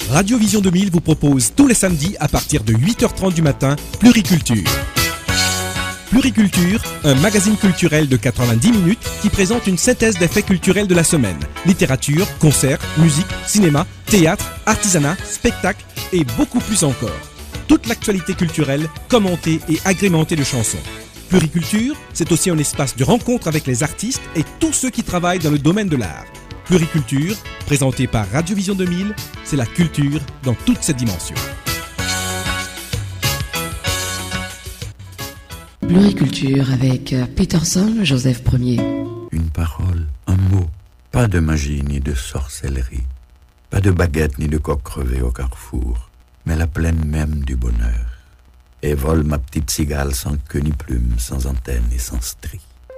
Radio Vision 2000 vous propose tous les samedis à partir de 8h30 du matin, Pluriculture. Pluriculture, un magazine culturel de 90 minutes qui présente une synthèse des faits culturels de la semaine. Littérature, concerts, musique, cinéma, théâtre, artisanat, spectacle et beaucoup plus encore. Toute l'actualité culturelle commentée et agrémentée de chansons. Pluriculture, c'est aussi un espace de rencontre avec les artistes et tous ceux qui travaillent dans le domaine de l'art. Pluriculture, présenté par Radio Vision 2000, c'est la culture dans toutes ses dimensions. Pluriculture avec Peterson, Joseph Ier. Une parole, un mot, pas de magie ni de sorcellerie, pas de baguette ni de coq crevé au carrefour, mais la plaine même du bonheur. Et vole ma petite cigale sans queue ni plume, sans antenne et sans strie.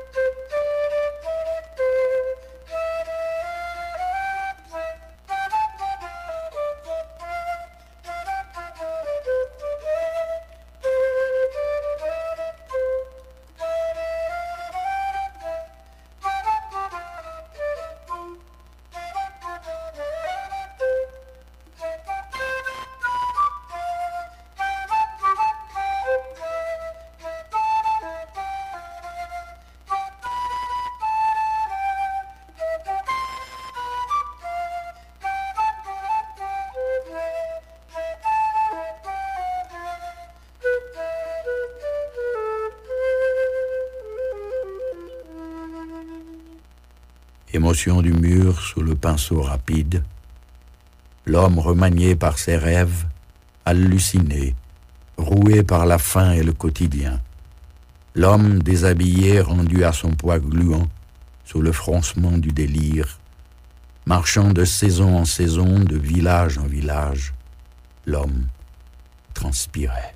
Émotion du mur sous le pinceau rapide, l'homme remanié par ses rêves, halluciné, roué par la faim et le quotidien, l'homme déshabillé rendu à son poids gluant sous le froncement du délire, marchant de saison en saison, de village en village, l'homme transpirait.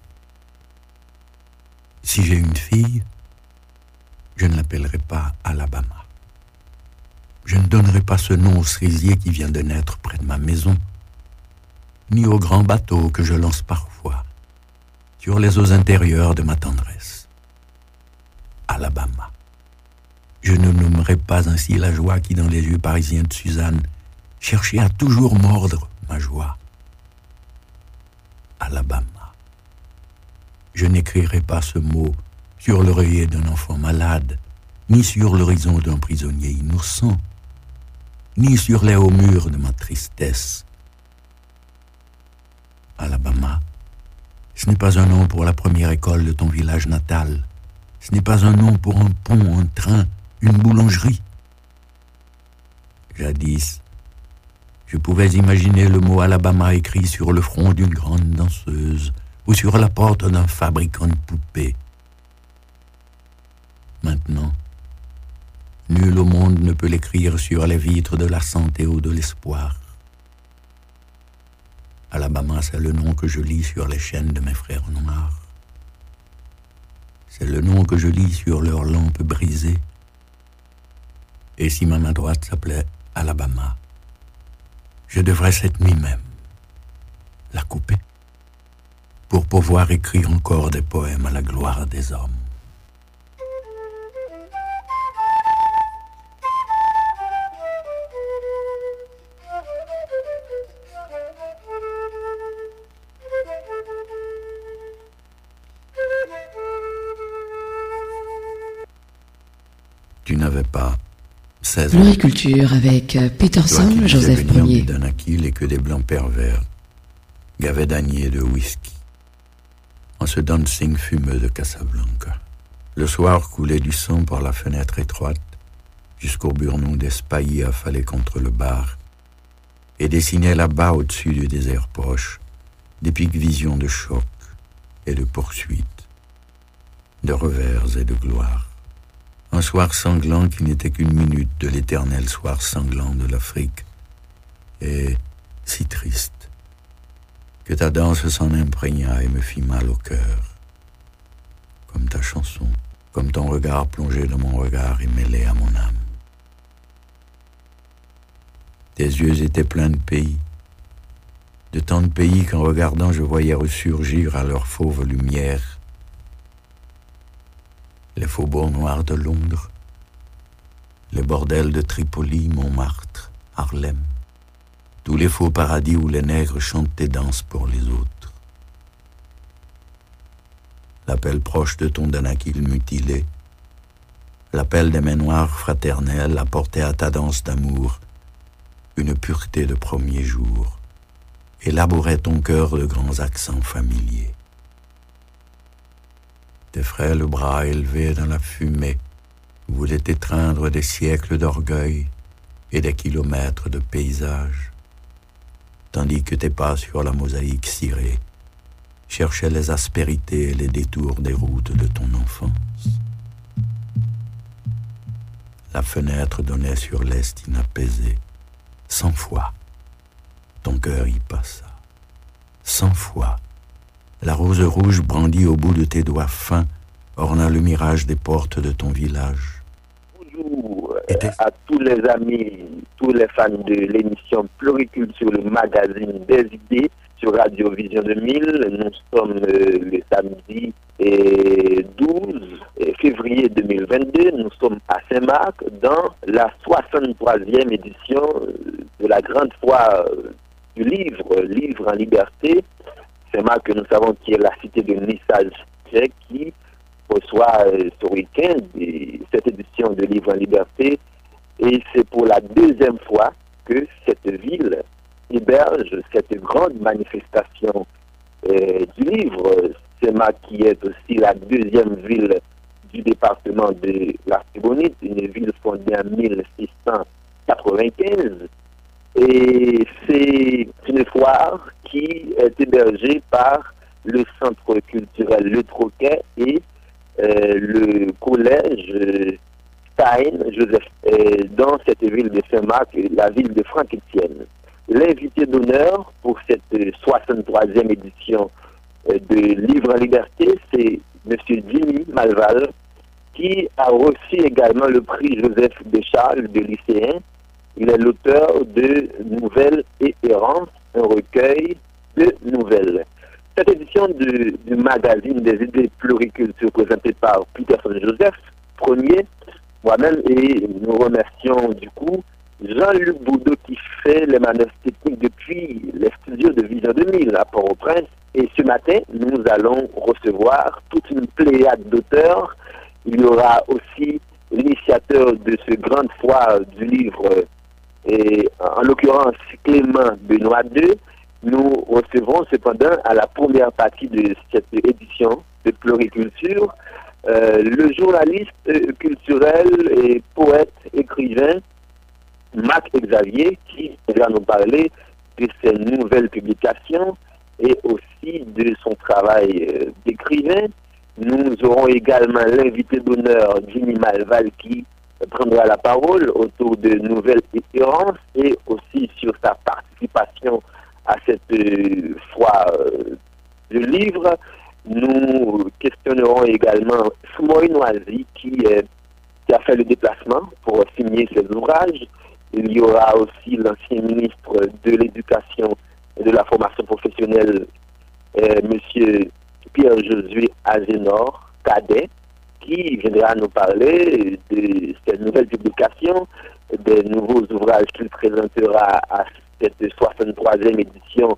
Si j'ai une fille, je ne l'appellerai pas Alabama. Je ne donnerai pas ce nom au cerisier qui vient de naître près de ma maison, ni au grand bateau que je lance parfois sur les eaux intérieures de ma tendresse. Alabama. Je ne nommerai pas ainsi la joie qui, dans les yeux parisiens de Suzanne, cherchait à toujours mordre ma joie. Alabama. Je n'écrirai pas ce mot sur l'oreiller d'un enfant malade, ni sur l'horizon d'un prisonnier innocent, ni sur les hauts murs de ma tristesse. Alabama, ce n'est pas un nom pour la première école de ton village natal. Ce n'est pas un nom pour un pont, un train, une boulangerie. Jadis, je pouvais imaginer le mot Alabama écrit sur le front d'une grande danseuse ou sur la porte d'un fabricant de poupées. Maintenant, nul au monde ne peut l'écrire sur les vitres de la santé ou de l'espoir. Alabama, c'est le nom que je lis sur les chaînes de mes frères noirs. C'est le nom que je lis sur leurs lampes brisées. Et si ma main droite s'appelait Alabama, je devrais cette nuit même la couper pour pouvoir écrire encore des poèmes à la gloire des hommes. Tu n'avais pas 16 ans. Pluriculture avec Peterson, Joseph Ier. D'un Aquile et que des blancs pervers gavaient d'agnier de whisky en ce dancing fumeux de Casablanca. Le soir coulait du sang par la fenêtre étroite jusqu'au burnou des spahis affalés contre le bar et dessinait là-bas au-dessus du désert proche d'épiques visions de choc et de poursuite, de revers et de gloire. Un soir sanglant qui n'était qu'une minute de l'éternel soir sanglant de l'Afrique, et si triste que ta danse s'en imprégna et me fit mal au cœur, comme ta chanson, comme ton regard plongé dans mon regard et mêlé à mon âme. Tes yeux étaient pleins de pays, de tant de pays qu'en regardant je voyais ressurgir à leur fauve lumière les faubourgs noirs de Londres, les bordels de Tripoli, Montmartre, Harlem, tous les faux paradis où les nègres chantent et dansent pour les autres. L'appel proche de ton danakil mutilé, l'appel des mains noires fraternelles apportait à ta danse d'amour une pureté de premier jour, élaborait ton cœur de grands accents familiers. Tes frêles bras élevés dans la fumée voulaient étreindre des siècles d'orgueil et des kilomètres de paysages, tandis que tes pas sur la mosaïque cirée cherchaient les aspérités et les détours des routes de ton enfance. La fenêtre donnait sur l'est inapaisé. 100 fois, ton cœur y passa. 100 fois, la rose rouge brandie au bout de tes doigts fins orna le mirage des portes de ton village. Bonjour à tous les amis, tous les fans de l'émission Pluriculture, le magazine des idées sur Radio Vision 2000. Nous sommes le samedi 12 février 2022. Nous sommes à Saint-Marc dans la 63e édition de la grande foire du livre en liberté. Saint-Marc, que nous savons qui est la cité de Nissage qui reçoit ce week-end cette édition de livre en liberté. Et c'est pour la deuxième fois que cette ville héberge cette grande manifestation du livre. Saint-Marc qui est aussi la deuxième ville du département de la Tibonite, une ville fondée en 1695. Et c'est une foire qui est hébergée par le Centre culturel Le Troquet et le collège Stein Joseph dans cette ville de Saint-Marc, la ville de Franck-Étienne. L'invité d'honneur pour cette 63e édition de Livre en Liberté, c'est M. Jimmy Malval, qui a reçu également le prix Joseph Descharles de lycéen. Il est l'auteur de Nouvelles et Errances, un recueil de nouvelles. Cette édition du magazine des idées pluriculture présentée par Peterson Joseph, premier, moi-même, et nous remercions du coup Jean-Luc Boudot qui fait les manœuvres techniques depuis les studios de Vision 2000 à Port-au-Prince. Et ce matin, nous allons recevoir toute une pléiade d'auteurs. Il y aura aussi l'initiateur de ce grande foire du livre, et en l'occurrence Clément Benoît II. Nous recevrons cependant à la première partie de cette édition de Pluriculture le journaliste culturel et poète écrivain Marc Xavier qui va nous parler de ses nouvelles publications et aussi de son travail d'écrivain. Nous aurons également l'invité d'honneur Jimmy Malval qui prendra la parole autour de nouvelles échéances et aussi sur sa participation à cette foire de livres. Nous questionnerons également Soumoy Noisy qui a fait le déplacement pour signer ses ouvrages. Il y aura aussi l'ancien ministre de l'Éducation et de la formation professionnelle, M. Pierre-Josué Azénor, cadet, qui viendra nous parler de cette nouvelle publication, des nouveaux ouvrages qu'il présentera à cette 63e édition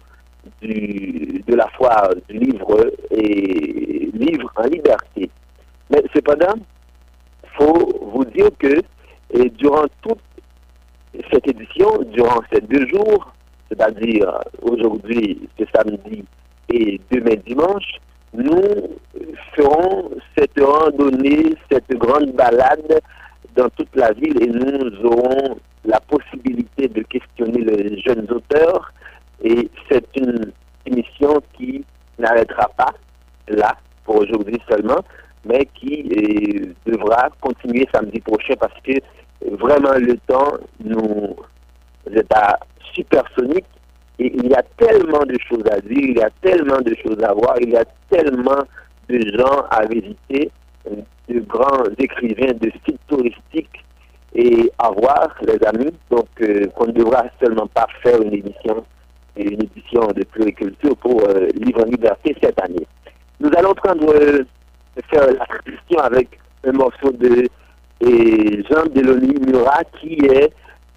de la foire du livre et livre en liberté. Mais cependant, il faut vous dire que durant toute cette édition, durant ces 2 jours, c'est-à-dire aujourd'hui, ce samedi et demain dimanche, nous ferons cette randonnée, cette grande balade dans toute la ville et nous aurons la possibilité de questionner les jeunes auteurs. Et c'est une émission qui n'arrêtera pas là pour aujourd'hui seulement, mais qui devra continuer samedi prochain parce que vraiment le temps nous est à supersonique et il y a tellement de choses à dire, il y a tellement de choses à voir, il y a tellement de gens à visiter, de grands écrivains, de sites touristiques et à voir, les amis. Donc qu'on ne devra seulement pas faire une édition de pluriculture pour Livre en Liberté cette année. Nous allons faire la tradition avec un morceau de Jean Delonie Murat qui est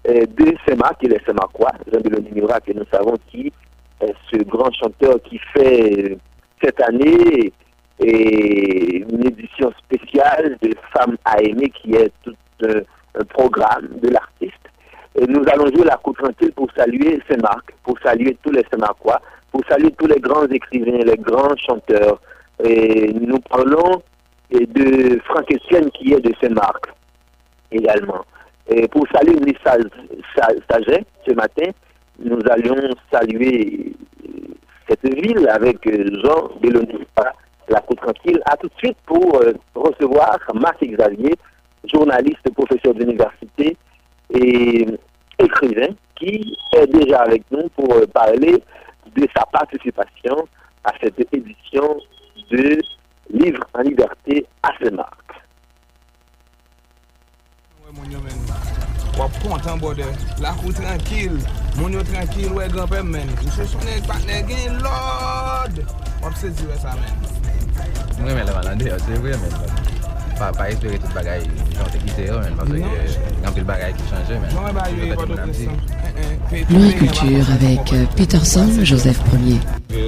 de Saint-Marc et les Saint-Marcois, Jean-Béloni Murat, que nous savons qui est ce grand chanteur qui fait cette année une édition spéciale de Femmes à aimer, qui est tout un programme de l'artiste. Et nous allons jouer la Côte Tranquille pour saluer Saint-Marc, pour saluer tous les Saint-Marcois, pour saluer tous les grands écrivains, les grands chanteurs. Et nous parlons de Franck Estienne qui est de Saint-Marc également. Et pour saluer Nissa Saget ce matin, nous allions saluer cette ville avec Jean-Béloni, la Côte Tranquille. À tout de suite pour recevoir Marc Xavier, journaliste, professeur d'université et écrivain, qui est déjà avec nous pour parler de sa participation à cette édition de Livre en liberté à Saint-Marc. Content bode la route tranquille mon yo tranquille ouais grand-père men je suis un partenaire gain lord on se dit ça men moi mais la malade c'est vrai mais pas espérer toute bagaille genre te quitter mais parce que grand pile bagaille qui changer mais L'Horiculture avec Peterson, Joseph Ier.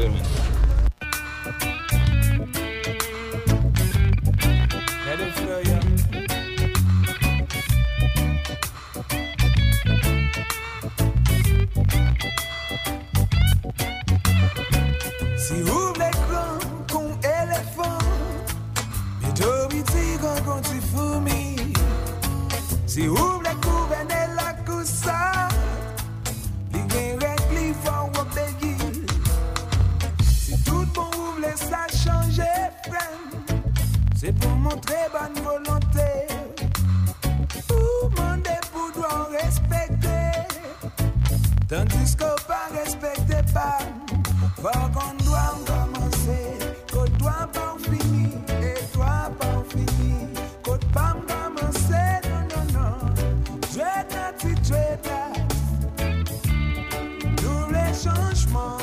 Si ouvre l'écran con éléphant, mais d'habitude quand tu fourmis. Si ouvre les couverts et la coussa, les règles les font obéir. Si tout le monde ouvre les ça changer, friend, c'est pour montrer bonne volonté. Pour demander pour doit respecter, tandis qu'on pas respecter pas. Faut qu'on doit commencer, qu'on doit pas finir, et toi pas finir, qu'on pas commencer, non. Je t'ai nous les changements,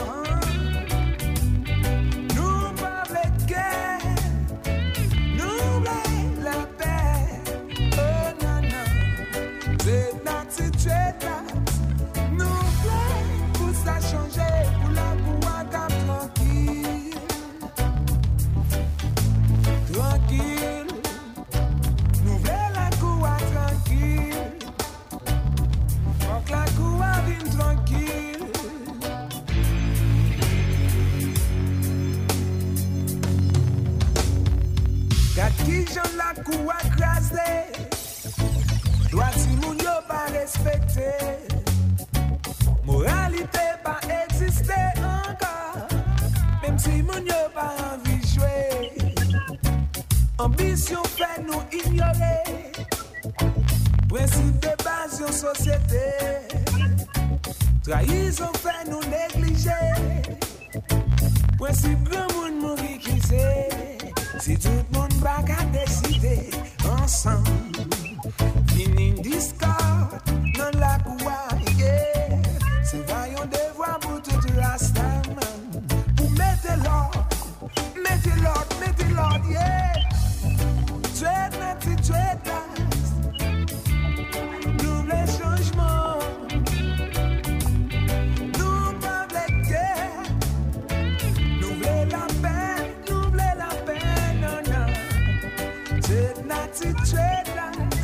nous pas les guerres, nous la paix, oh non, c'est notre situation, nous pour ça changer, pour la tranquille, nous voulons la cour tranquille, faut que la cour vienne tranquille. Car qui j'en la cour crasée, doit si moun yo pas respecter, moralité pas exister encore, même si moun yo pas envie jouer. Ambition fait nous ignorer, principe de base de société, trahison fait nous négliger, principe grand monde mourir qui sait, si tout le monde va décider ensemble, fini une discorde dans la cour, yeah. C'est vaillant devoir pour toute rastaman, pour mettre l'ordre, yeah. Nous les changements, nous pas les guerres, nous voulons la paix, non. C'est notre situation.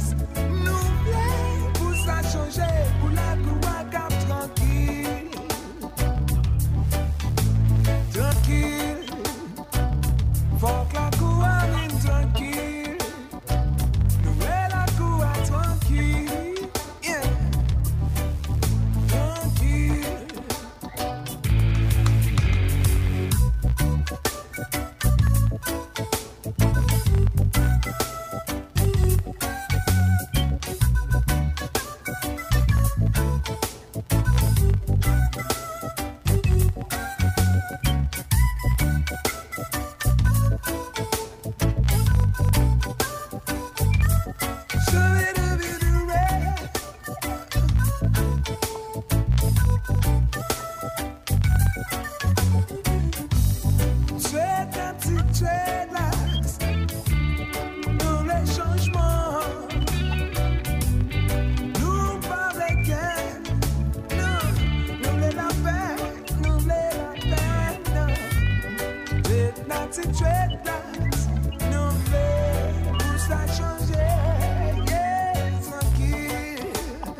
petit dreadlocks, nous voulons tout ça changer, yeah, tranquille,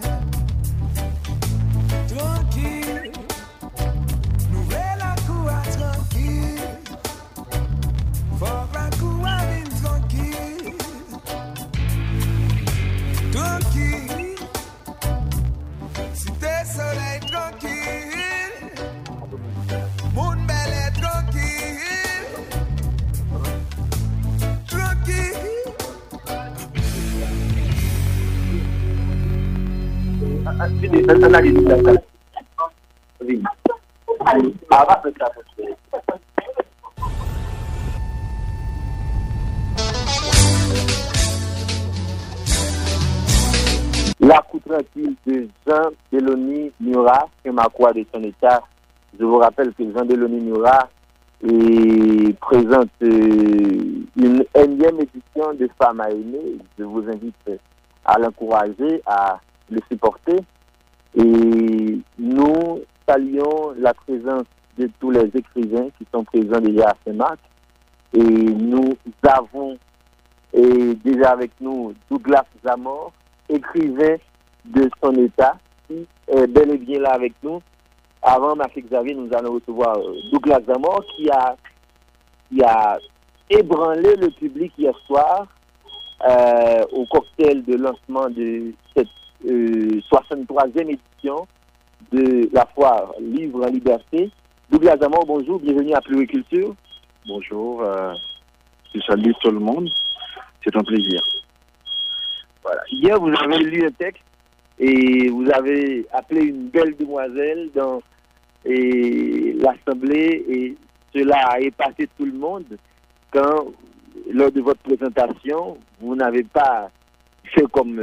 tranquille, nous voulons la cour tranquille, faut que la cour vienne tranquille, tranquille, si t'es soleil tranquille, mon bel est tranquille, tranquille. La coup tranquille de Jean Delony Murat, Kemakwa de son état. Je vous rappelle que Jean Delony Murat présente une énième édition de Femmes à aimer. Je vous invite à l'encourager, à le supporter. Et nous saluons la présence de tous les écrivains qui sont présents déjà à CEMAC. Et nous avons déjà avec nous Douglas Zamor, écrivain de son état, qui est bel et bien là avec nous. Avant Marc Xavier, nous allons recevoir Douglas Zamor qui a ébranlé le public hier soir au cocktail de lancement de cette 63e édition de la foire Livre en Liberté. Douglas Zamor, bonjour, bienvenue à Pluriculture. Bonjour, je salue tout le monde, c'est un plaisir. Voilà. Hier, vous avez lu un texte et vous avez appelé une belle demoiselle dans l'Assemblée et cela a épaté tout le monde quand, lors de votre présentation, vous n'avez pas fait comme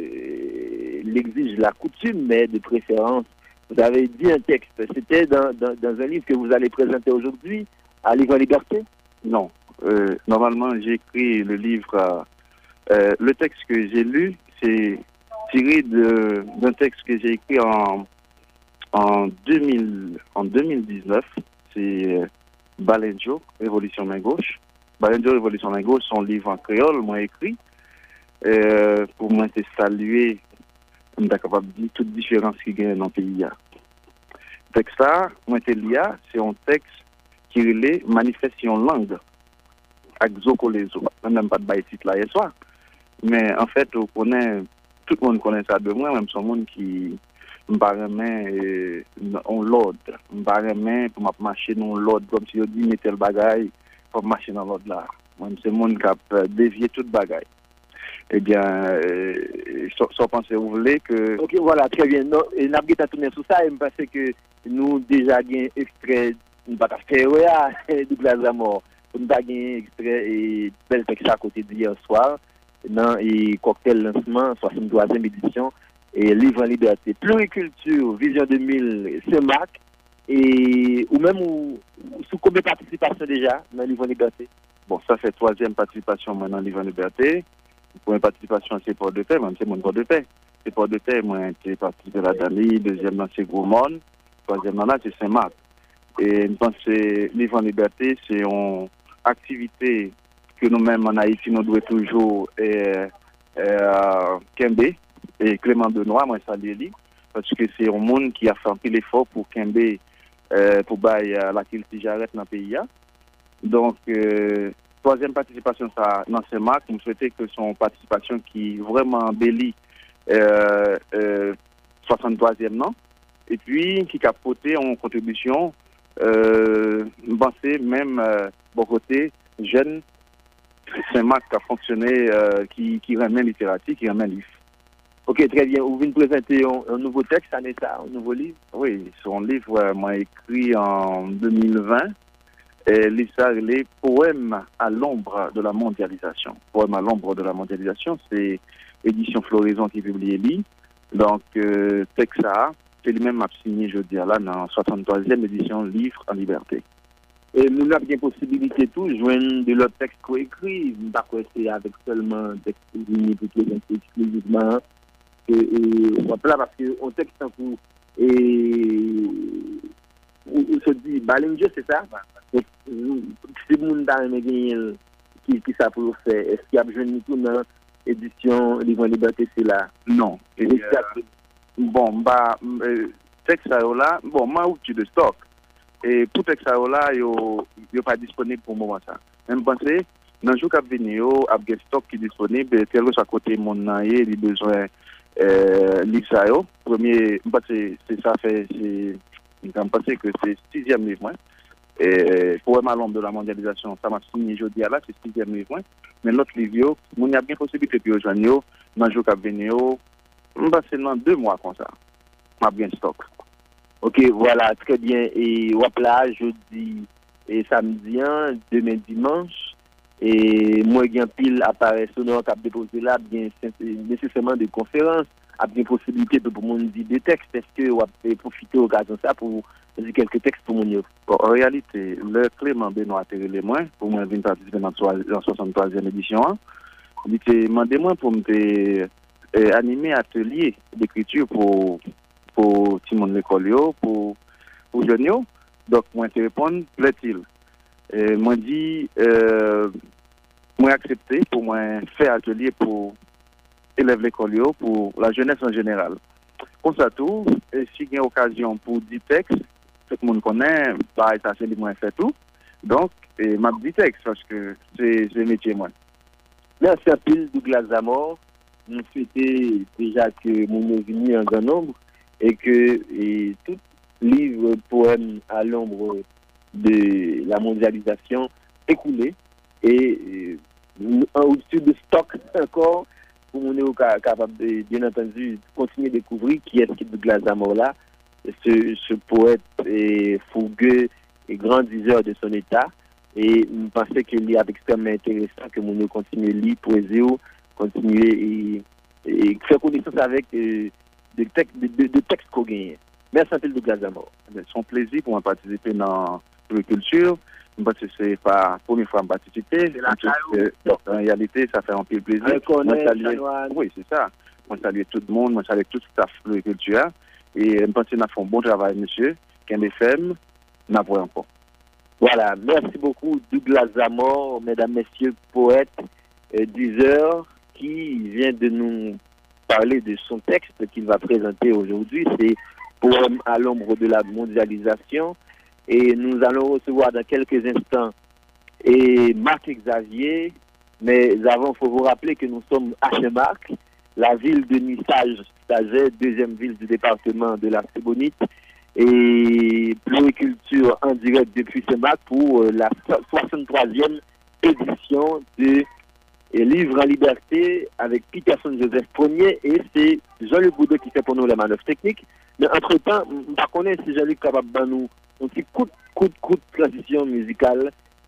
l'exige la coutume, mais de préférence, vous avez dit un texte. C'était dans un livre que vous allez présenter aujourd'hui, à Livre en Liberté? Non. Normalement, j'écris le livre. Le texte que j'ai lu, c'est tiré d'un texte que j'ai écrit en 2019. C'est Balenjo, Révolution Main Gauche. Balenjo, Révolution Main Gauche, son livre en créole, moi écrit. Pour moi, c'est saluer, on est capable de dire toute différence qui gagne dans le pays. Le texte ça, moi, c'est un texte qui relève manifestation langue. Avec Zoko les autres. Même pas de bail titre là hier soir. Mais en fait, tout le monde connaît ça de moi, même son monde qui me paraît en l'ordre. Me paraît pour marcher dans l'ordre, comme si on dit mettez le bagaille pour marcher dans l'ordre là. Même c'est le monde qui a dévié toute bagaille. Eh bien, sans penser, vous voulez que... Ok, voilà, très bien. Non, et n'a pas tourné sur ça, et je pense que nous déjà avons extrait, nous pas faire Douglas Zamor. Nous avons extrait et bel texte à côté d'hier soir. Dans le cocktail lancement, 63e édition, et Livre en Liberté. Pluriculture, Vision 2000, CEMAC, et ou même sous combien de participations déjà dans Livre en Liberté? Bon, ça fait 3e participation maintenant dans Livre en Liberté. Première participation, c'est Port de Paix, même c'est mon Port de Paix. C'est Port de Paix, moi, j'ai participé à la Dali, 2e, c'est Gros Monde, 3e, là, c'est CEMAC. Et je pense que Livre en Liberté, c'est une activité que nous-mêmes en Haïti, nous devons toujours Kembe et Clément Benoît, moi, ça lui, parce que c'est un monde qui a fait un peu l'effort pour Kembe, pour bailler la culture j'arrête dans le pays. Donc, 3e participation ça, dans CEMAC, je souhaitais que son participation qui vraiment embellit 63e non, et puis qui a porté en contribution, je pensais même, bon côté, jeune, CEMAC qui a fonctionné, qui remet littérature, qui remet livre. Ok, très bien. Vous venez présenter un nouveau texte, un nouveau livre? Oui, son livre, moi, écrit en 2020. L'histoire, les poèmes à l'ombre de la mondialisation. Poèmes à l'ombre de la mondialisation, c'est édition Floraison qui publie lui. Donc, texte ça, c'est lui-même a signé, je veux dire, là, dans la 63e édition Livre en Liberté. Et nous avons bien possibilité tout, joindre de l'autre texte coécrit, pas que c'est avec seulement texte exclusivement. Voilà, parce que on texte en cours, et on se dit Balenjo, c'est ça? Donc, si vous avez qui ça pour faire, est-ce qu'il y a besoin de tout dans l'édition Livre en Liberté, c'est là? Non. Bon, texte ça là, bon, moi outil de stock. Et pour texte ça là, yo pas disponible pour le moment ça. Même penser dans jour qui venir yo a des stock qui disponible, tel que soit côté mon naie, il besoin livre ça yo. Premier c'est ça fait c'est je pense que c'est 6e livre. Et pour ma l'ombre de la mondialisation, ça m'a signé aujourd'hui là, c'est 6e livre. Mais l'autre livre, il y a bien possibilité de rejoindre dans le jour qui venir, c'est dans 2 mois comme ça. M'a bien stock. Ok, voilà, très bien. Et là, jeudi et samedi, demain dimanche, et moi, il y a pile appareil sonore qui a déposé là, bien nécessairement des conférences, a bien possibilité de pour monde dire des textes. Est-ce que vous avez profité de l'occasion ça pour dire quelques textes pour mon bon, en réalité, le Clément Benoît a les moins pour moi venir participer dans la 63e édition. Il m'a demandé moi pour me animer atelier d'écriture pour tout le monde l'école pour jeunes. Donc moi te répondre plaît-il. Moi dit moi accepter pour moi faire atelier pour élèves l'école pour la jeunesse en général. Comme ça tout, si il y a occasion pour 10 textes, tout le monde connaît, bah ça c'est moi fait tout. Donc m'a 10 textes parce que c'est métier moi. Merci à pile Douglas Zamor. Nous souhaitons déjà que mon est venu en grand nombre et que tout livre poème à l'ombre de la mondialisation écoulé et au-dessus de stock encore pour mon est capable de, bien entendu, continuer à découvrir qui est ce Douglas Zamor là, ce poète fougueux et grand diseur de son état. Et je pensais qu'il est extrêmement intéressant que mon continue à lire poésie, continuer et faire connaissance avec des textes qu'on gagne. Merci à peu Douglas Zamor. C'est un plaisir pour moi participer dans la culture. Parce que c'est pas la première fois que je participe. En réalité, ça fait un peu plaisir. Oui, c'est ça. Moi, salue tout le monde, moi, salue tout le staff de la culture. Et je pense que nous avons fait un bon travail, monsieur. Qu'un FM, nous avons encore. Voilà, merci beaucoup Douglas Zamor, mesdames, messieurs, poète, diseur, qui vient de nous parler de son texte qu'il va présenter aujourd'hui. C'est Poème à l'ombre de la mondialisation. Et nous allons recevoir dans quelques instants Marc Xavier. Mais avant, il faut vous rappeler que nous sommes à Chemarc, la ville de Nissage-Staget, deuxième ville du département de la Sébonite. Et pluriculture en direct depuis Chemarc pour la 63e édition de Livre en Liberté avec Peterson Joseph Ier et c'est Jean-Luc Boudot qui fait pour nous la manœuvre technique. Mais entre-temps, je ne connais pas si Jean-Luc est capable de nous un petit coup de transition musicale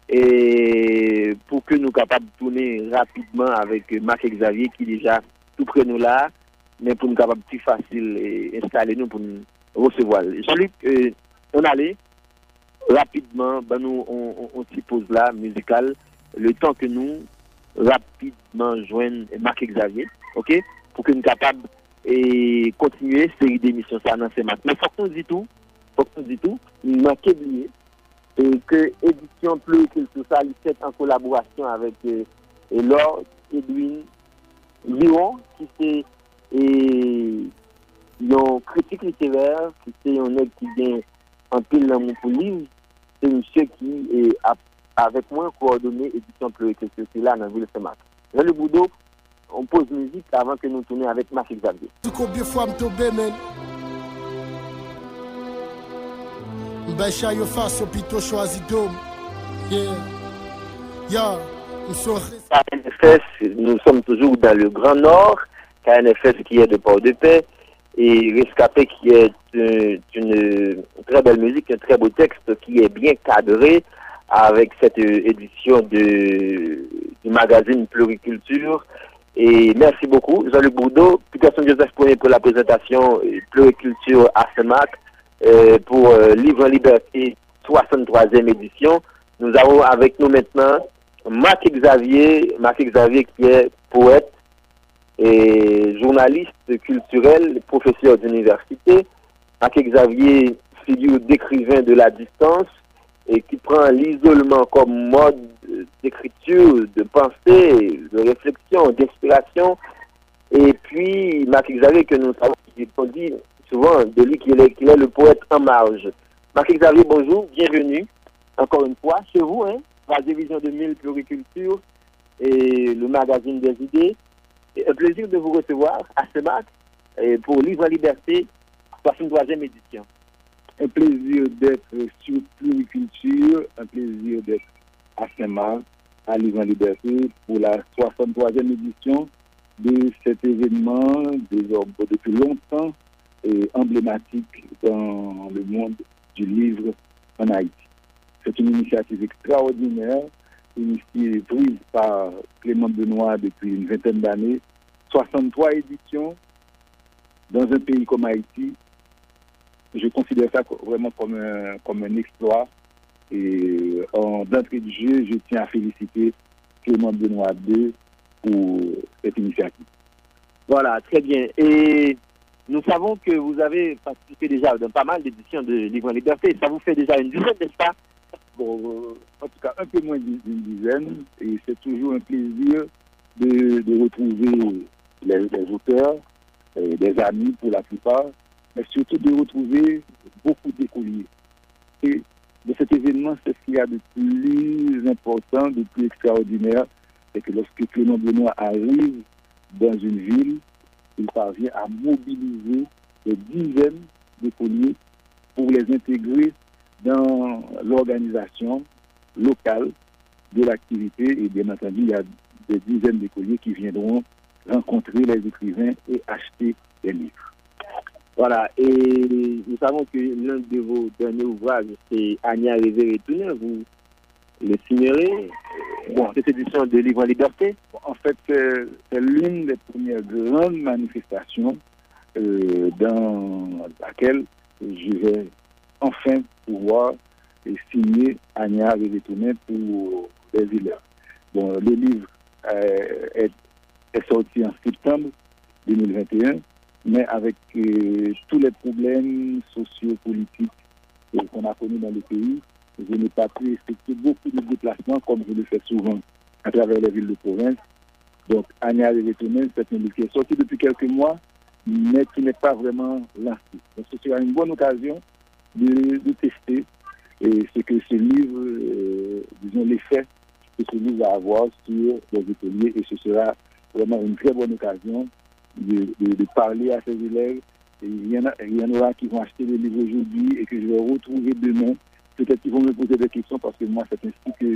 et pour que nous capables de tourner rapidement avec Marc Xavier qui est déjà tout près de nous là, mais pour nous capables plus facile et installer nous pour nous recevoir. Jean-Luc, on allait rapidement, nous on s'y pose là, musicale, le temps que nous rapidement joignent Marc Xavier, ok, pour que nous capables et continuer série d'émissions ça dans ces matchs. Mais faut qu'on dise tout, il m'a oublié et que édition plus que tout ça, il fait en collaboration avec Laure Edwin Lion qui c'est un critique littéraire, qui c'est un mec qui vient en pile dans mon livre, c'est un monsieur qui est avec moi coordonné édition plus que c'est là dans la ville de Saint-Marc. Dans le Boudot, on pose musique avant que nous tournions avec Marc Xavier. Combien de fois me tomber, man? M'bêcha yo face au pito choisi d'homme. Yeah. KNFS, nous sommes toujours dans le Grand Nord. KNFS qui est de Port-de-Paix. Et Rescapé qui est une très belle musique, un très beau texte qui est bien cadré avec cette édition du magazine Pluriculture. Et merci beaucoup, Jean-Luc Boudot, Peterson Joseph Ier pour la présentation Pluriculture à Saint-Marc pour Livre en Liberté 63e édition. Nous avons avec nous maintenant Marc Xavier qui est poète et journaliste culturel, professeur d'université. Marc Xavier, figure d'écrivain de la distance et qui prend l'isolement comme mode d'écriture, de pensée, de réflexion, d'inspiration. Et puis, Marc-Xavier, que nous savons, on dit souvent de lui qu'il est le poète en marge. Marc-Xavier, bonjour, bienvenue, encore une fois, chez vous, Radio Vision 2000 Pluriculture et le magazine des idées. Et un plaisir de vous recevoir à CEMAC pour Livre en Liberté, 63e édition. Un plaisir d'être sur Pluriculture, un plaisir d'être à CEMAC, à Livre en Liberté, pour la 63e édition de cet événement depuis longtemps et emblématique dans le monde du livre en Haïti. C'est une initiative extraordinaire, initiée, prise par Clément Benoît depuis une vingtaine d'années, 63 éditions dans un pays comme Haïti. Je considère ça vraiment comme un exploit. Et d'entrée de jeu, je tiens à féliciter Clément Benoît II pour cette initiative. Voilà, très bien. Et nous savons que vous avez participé déjà dans pas mal d'éditions de Livre en Liberté. Ça vous fait déjà une dizaine, n'est-ce pas? Bon, en tout cas, un peu moins d'une dizaine. Et c'est toujours un plaisir de retrouver les auteurs, des amis pour la plupart, mais surtout de retrouver beaucoup d'écoliers. Et de cet événement, c'est ce qu'il y a de plus important, de plus extraordinaire, c'est que lorsque Clément Benoît arrive dans une ville, il parvient à mobiliser des dizaines d'écoliers pour les intégrer dans l'organisation locale de l'activité. Et bien entendu, il y a des dizaines d'écoliers qui viendront rencontrer les écrivains et acheter des livres. Voilà, et nous savons que l'un de vos derniers ouvrages, c'est Ania Rêver-Retourner, vous le signerez dans cette édition de Livre en Liberté. En fait, c'est l'une des premières grandes manifestations dans laquelle je vais enfin pouvoir signer Ania Rêver-Retourner pour les villes. Bon, le livre est sorti en septembre 2021, mais avec tous les problèmes sociopolitiques qu'on a connus dans le pays, je n'ai pas pu effectuer beaucoup de déplacements comme je le fais souvent à travers les villes de province. Donc, Ania Rêver-Retourner, c'est un livre qui est sorti depuis quelques mois, mais qui n'est pas vraiment lancé. Donc, ce sera une bonne occasion de tester ce que ce livre, disons, l'effet que ce livre va avoir sur les écoliers, et ce sera vraiment une très bonne occasion de parler à ces élèves. Et il y en aura qui vont acheter le livre aujourd'hui et que je vais retrouver demain. Peut-être qu'ils vont me poser des questions parce que moi, c'est ainsi que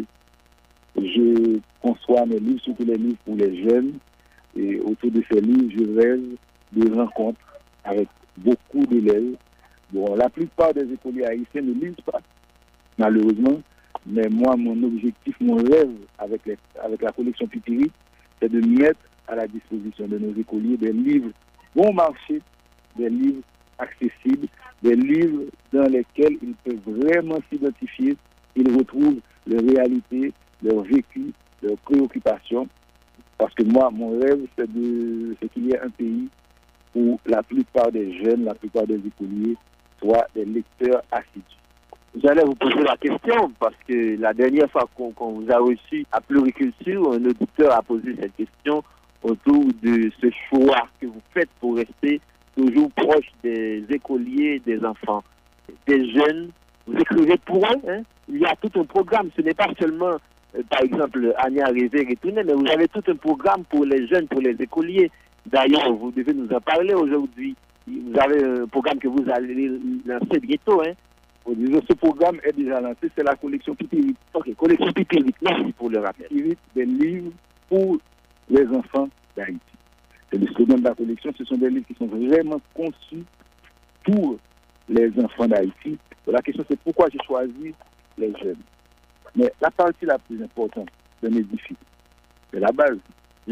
je conçois mes livres, surtout les livres pour les jeunes. Et autour de ces livres, je rêve de rencontres avec beaucoup d'élèves. Bon, la plupart des écoliers haïtiens ne lisent pas, malheureusement. Mais moi, mon objectif, mon rêve avec la collection Pipiri, c'est de mettre à la disposition de nos écoliers des livres bon marché, des livres accessibles, des livres dans lesquels ils peuvent vraiment s'identifier, ils retrouvent leur réalité, leur vécu, leurs préoccupations. Parce que moi, mon rêve, c'est qu'il y ait un pays où la plupart des jeunes, la plupart des écoliers soient des lecteurs assidus. J'allais vous poser la question parce que la dernière fois qu'on vous a reçu à Pluriculture, un auditeur a posé cette question autour de ce choix que vous faites pour rester toujours proche des écoliers, des enfants, des jeunes. Vous écrivez pour eux, il y a tout un programme. Ce n'est pas seulement, par exemple, Ania Rêver-Retourner, mais vous avez tout un programme pour les jeunes, pour les écoliers. D'ailleurs, vous devez nous en parler aujourd'hui. Vous avez un programme que vous allez lancer bientôt, Disons, ce programme est déjà lancé, c'est la collection Pipiri. Ok, collection Pipiri, merci pour le rappel. Des livres pour les enfants d'Haïti. C'est le slogan de la collection, ce sont des livres qui sont vraiment conçus pour les enfants d'Haïti. La question, c'est pourquoi j'ai choisi les jeunes. Mais la partie la plus importante d'un édifice, c'est la base. Ce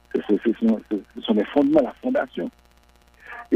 sont les fondements, la fondation. Et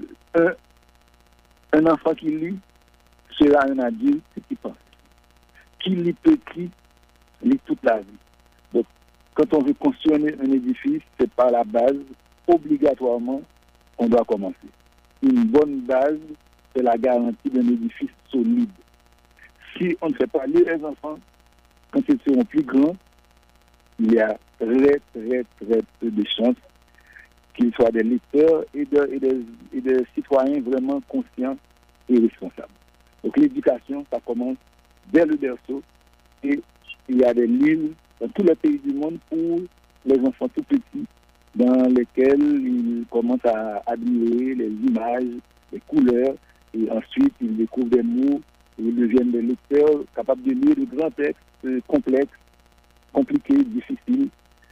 un enfant qui lit sera un adulte qui pense. Qui lit petit, lit toute la vie. Donc, quand on veut construire un édifice, c'est par la base, obligatoirement, on doit commencer. Une bonne base, c'est la garantie d'un édifice solide. si on ne fait pas lire les enfants, quand ils seront plus grands, il y a très peu de chances qu'ils soient des lecteurs et des citoyens vraiment conscients et responsables. Donc l'éducation, ça commence dès le berceau et il y a des livres dans tous les pays du monde pour les enfants tout petits dans lesquels ils commencent à admirer les images, les couleurs et ensuite ils découvrent des mots et ils deviennent des lecteurs capables de lire de grands textes complexes, compliqués, difficiles.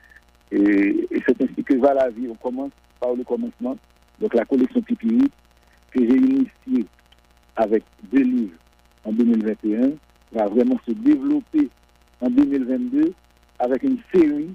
Et c'est ainsi que va la vie. On commence par le commencement. Donc la collection Pipiri, que j'ai initiée avec 2 livres en 2021, va vraiment se développer en 2022 avec une série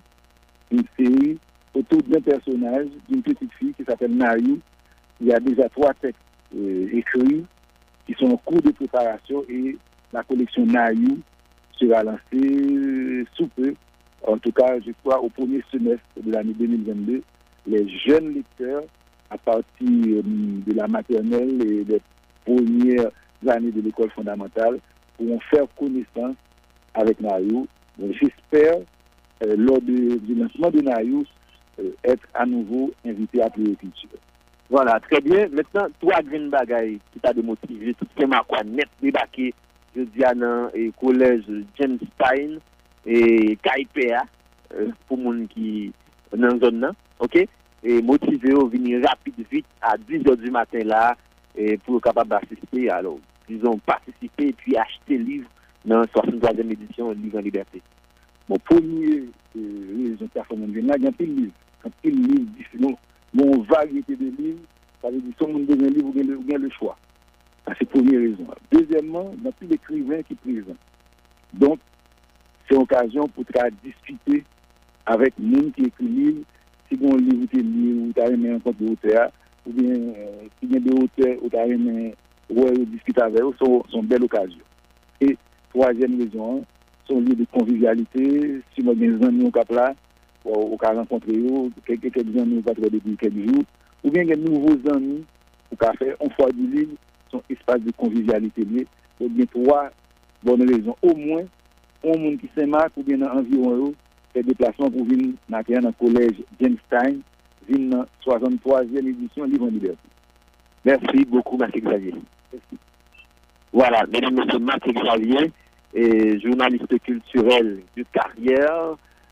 autour d'un personnage, d'une petite fille qui s'appelle Nayou. Il y a déjà 3 textes écrits qui sont en cours de préparation et la collection Nayou sera lancée sous peu. En tout cas, je crois au premier semestre de l'année 2022, les jeunes lecteurs, à partir de la maternelle et des premières années de l'école fondamentale, pourront faire connaissance avec Nayou. J'espère, lors du lancement de Nayou, être à nouveau invité à Pluriculture. Voilà, très bien. Maintenant, toi, Green Bagay, qui t'a démotivé, tout ce qui m'a quoi net débarqué, je dis à dans le collège James Stein et KIPA, pour les gens qui sont dans la zone, ok? Et motivé à venir rapide, vite, à 10h du matin là, et pour être capable d'assister, alors, disons, participer et puis acheter livre dans la 63e édition Livre en Liberté. Mon premier raison performance, il y a un pile livre. Quand il livre, sinon, mon variété de livres, ça veut dire que si on donne un livre, vous avez le choix. Ça, c'est la première raison. Deuxièmement, il n'y a plus d'écrivains qui présentent. Donc, c'est l'occasion pour discuter avec les gens qui écrivent livres. Si vous avez un livre qui est lié, ou tu as aimé un compte d'auteur, ou bien si vous avez des auteurs, ou tu as aimé discuter avec eux, sont belles occasions. Et troisième raison, son lieu de convivialité. Si vous avez des amis au cap là, ou qu'à rencontrer eux, quelques amis au depuis quelques jours, ou bien des nouveaux amis au café, on fait du livre, son espace de convivialité lié. Donc, bien 3 bonnes raisons. Au moins, un monde qui s'émarque, ou bien environ eux, fait déplacement pour venir dans le collège James Stein, venir dans la 63e édition Livre en Liberté. Merci beaucoup, Marc Xavier. Merci. Voilà, mesdames et messieurs, Marc Xavier, journaliste culturel de carrière,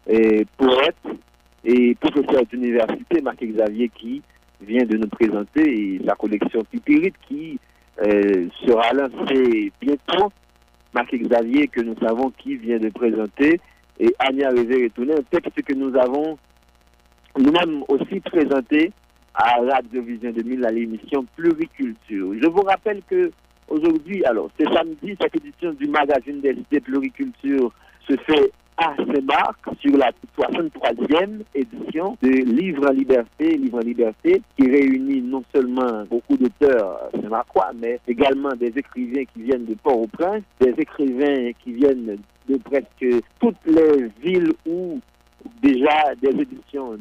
poète et professeur d'université, Marc Xavier, qui vient de nous présenter sa collection Pipirite qui sera lancée bientôt. Marc Xavier, que nous savons qui vient de présenter, et Ania Révé-Retourné, un texte que nous avons nous-mêmes aussi présenté à Radio Vision 2000 à l'émission Pluriculture. Je vous rappelle que aujourd'hui, alors c'est samedi, cette édition du magazine d'LCD Pluriculture se fait à Saint-Marc sur la 63e édition de Livre en Liberté, qui réunit non seulement beaucoup d'auteurs saint-marcois, mais également des écrivains qui viennent de Port-au-Prince, des écrivains qui viennent de presque toutes les villes où déjà des éditions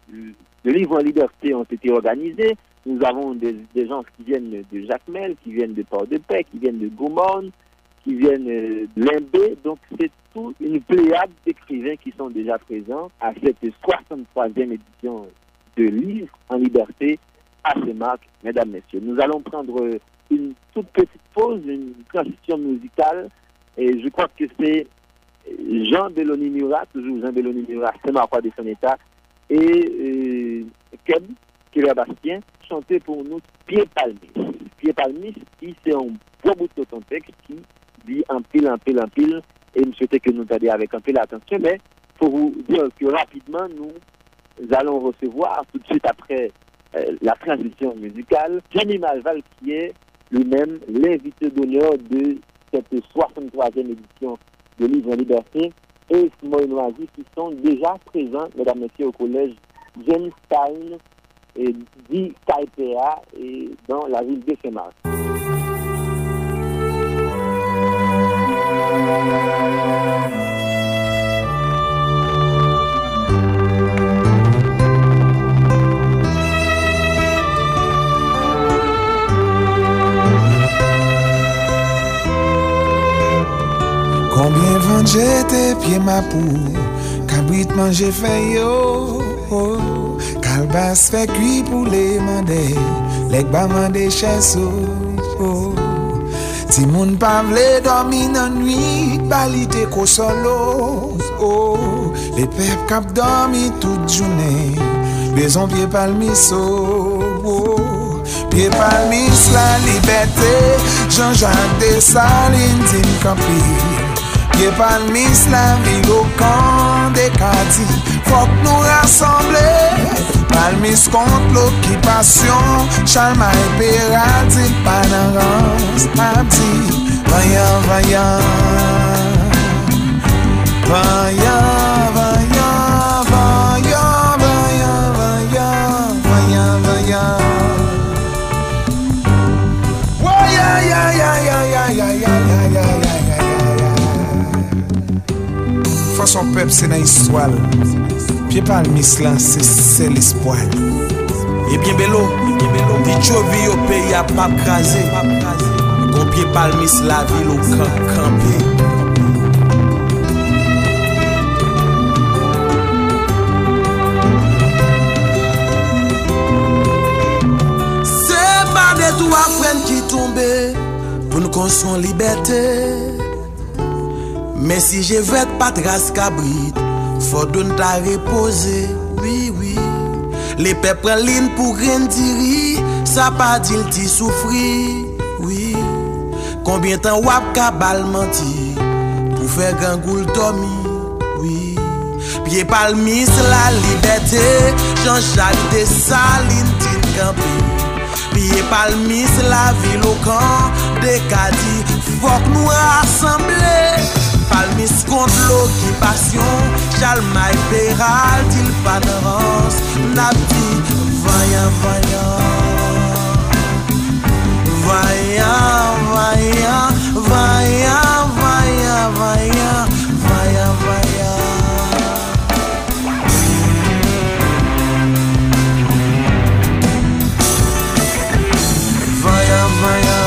de Livre en Liberté ont été organisées. Nous avons des gens qui viennent de Jacmel, qui viennent de Port-de-Paix, qui viennent de Gaumont, qui viennent de Limbé. Donc c'est toute une pléiade d'écrivains qui sont déjà présents à cette 63e édition de Livre en Liberté à Saint-Marc, mesdames, messieurs. Nous allons prendre une toute petite pause, une transition musicale, et je crois que c'est Jean Belloni Murat, toujours Jean Belloni Murat, Saint-Marcois de son état, et Keb, Bastien, chanter pour nous Pied Palmis. Pied Palmis, qui c'est un beau bout de ton texte qui dit en pile, et je souhaitais que nous t'aidions avec un peu l'attention, mais pour vous dire que rapidement, nous allons recevoir tout de suite après la transition musicale, Johnny Malval, qui est lui-même l'invité d'honneur de cette 63e édition de Livre en Liberté, et Simone Noisy, qui sont déjà présents, mesdames et messieurs, au collège James Stein et dit KIPA et dans la ville de Saint-Marc. Combien vent j'étais pied ma pou, cabrit manger fait yo. Calbas fait cuit pour les mandé, les ba mandé chesso. Si moun pa vle dormi nan nuit, balite ko solo. Les pep kap dormi toute journée, beson pied palmiso. Pied palmis la liberté, Jean-Jacques Dessalines din campi. Pied palmis la ville au camp des quartiers, faut que nous rassembler. Palmis contre l'occupation, Chalma et Péral dit Panarance, Abdi, vaillant, vaillant, vaillant, vaillant, vaillant, vaillant, vaillant, vaillant, vaillant. Oh ya ya ya ya ya ya ya ya ya ya. Faut son peuple c'est dans l'histoire. Pied palmis là, c'est l'espoir. Et bien bello, dit chovi au pays à pas crasé. Bon pied palmis la ville au campé. C'est pas des tout à frères qui tombent pour nous construire liberté. Mais si je vais pas trace cabrit, faut donner ta reposer, oui, oui. Les peuples en ligne pour grandir, ça pas dit t'y souffrir, oui. Combien de temps wap kabal menti pour faire gangoul dormi, oui. Pied palmis la liberté, Jean-Jacques Dessalines din campi. Pied palmis la ville au camp des cadis, faut que nous rassembler. Palmis contre l'occupation, Chalma et Péral dit Panarance, Nabdi, vaillant, vaillant, vaillant, vaillant, vaillant, vaillant, vaillant, vaillant, vaillant. Vaillant, vaillant.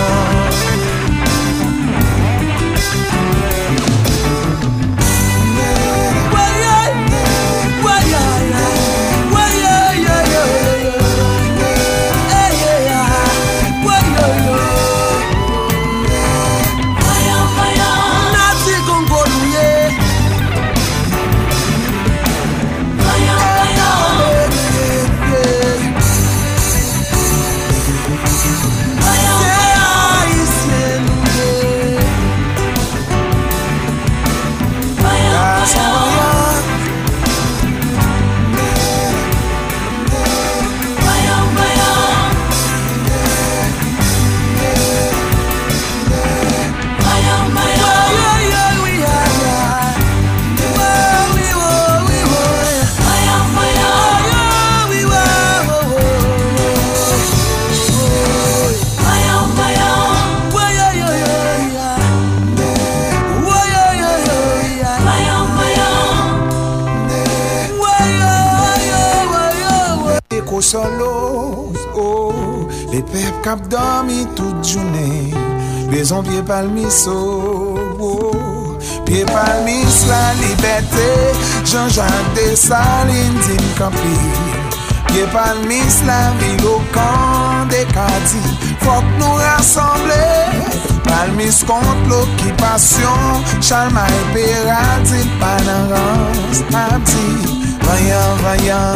Solo, les peuples cap dormi toute journée, beson pied palmiso, pied palmis la liberté, Jean-Jacques Dessalines din campi. Pied palmis la ville au camp des cadis, faut que nous rassembler. Palmis contre l'occupation, Chalma et Péral dit Panarance, Abdi, vaillant, vaillant.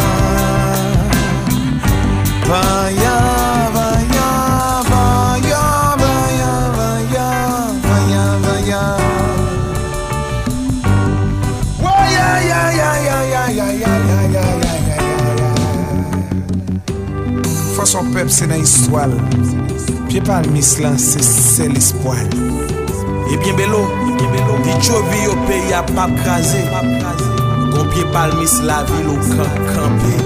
Vaillant, vaillant, vaillant, vaillant, vaillant, vaillant, vaillant. Oh ya ya ya ya ya ya ya ya ya ya. Faut son peuple c'est dans l'histoire. Pied palmis là c'est l'espoir. Et bien bello, dit chovi au pays à pas crasé. Bon pied palmis la ville au campé.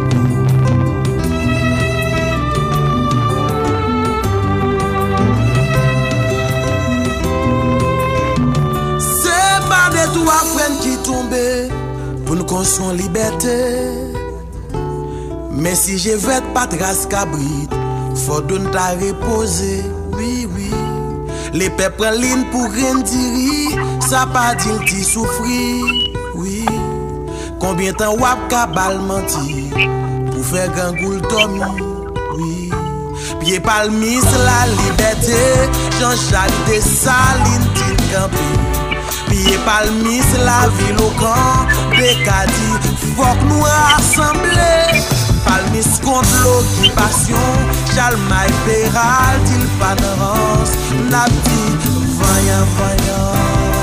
Tout à frère qui tombe pour nous construire liberté. Mais si je vais pas trace cabrit, faut donner ta reposer, oui, oui. Les peuples en ligne pour grandir, ça pas dit t'y souffrir, oui. Combien temps wap ka bal menti pour faire gangoul Tommy, oui. Pied palmis la liberté, Jean-Jacques Dessalines t'il campé. Pied palmis la ville au camp, Bécadi, faut que nous rassembler. Palmis contre l'occupation, Chalmaï Péral, t'il panorance, n'a dit vaillant, vaillant.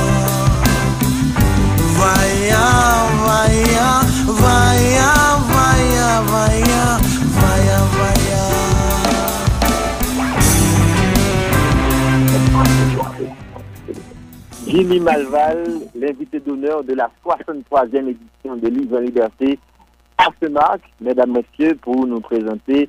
Vaillant, vaillant, vaillant, vaillant, vaillant, vaillant, vaillant. Jimmy Malval, l'invité d'honneur de la 63e édition de Livre en Liberté, à ce marque, mesdames, messieurs, pour nous présenter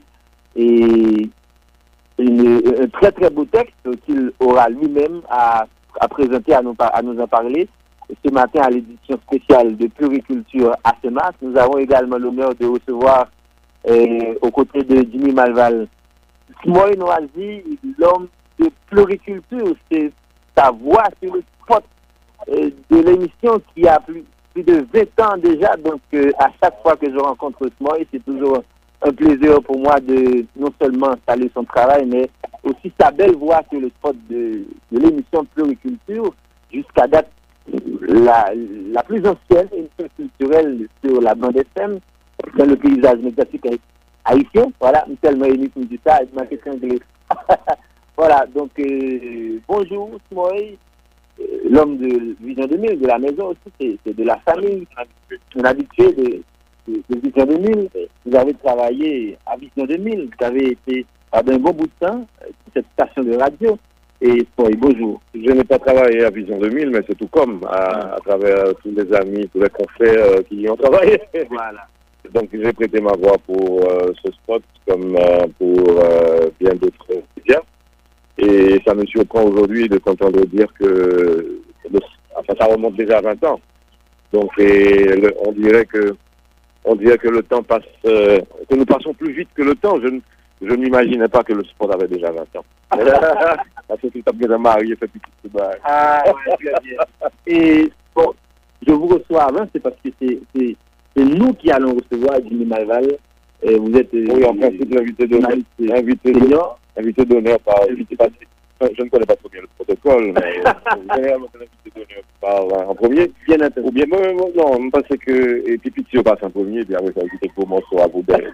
un très très beau texte qu'il aura lui-même à présenter, à nous en parler. Ce matin, à l'édition spéciale de Pluriculture à Semac, nous avons également l'honneur de recevoir aux côtés de Jimmy Malval Smoy Noisy, l'homme de Pluriculture. C'est sa voix sur le spot de l'émission qui a plus de 20 ans déjà. Donc, à chaque fois que je rencontre Smoy, c'est toujours un plaisir pour moi de non seulement saluer son travail, mais aussi sa belle voix sur le spot de l'émission Pluriculture, jusqu'à date la plus ancienne émission culturelle sur la bande FM, dans le paysage médiatique haïtien. Voilà, tellement ému comme dit ça, il m'a fait anglais. Voilà, donc bonjour Smoy, l'homme de Vision 2000, de la maison aussi, c'est de la famille, un habitué de Vision 2000. Vous avez travaillé à Vision 2000, vous avez été pendant un bon bout de temps sur cette station de radio. Et Smoy, bonjour. Je n'ai pas travaillé à Vision 2000, mais c'est tout comme, à travers tous les amis, tous les confrères qui y ont travaillé. Voilà. Donc j'ai prêté ma voix pour ce spot, comme pour bien d'autres médias. Et ça me surprend aujourd'hui de t'entendre dire que ça remonte déjà à 20 ans. Donc on dirait que le temps passe, que nous passons plus vite que le temps. Je n'imaginais pas que le sport avait déjà 20 ans. Parce que tu t'as bien marié, fait petit bail. Ah, ouais, très bien. Et bon, je vous reçois avant, c'est parce que c'est nous qui allons recevoir Jimmy Malval. Vous êtes... Oui, en principe, l'invité d'honneur. Invité d'honneur par... Je ne connais pas trop bien le protocole, mais généralement, c'est l'invité d'honneur par en premier. Bien entendu. Ou bien, non, parce que... Et puis, si on passe en premier, puis après, ça va éviter pour mon soir à vous donner.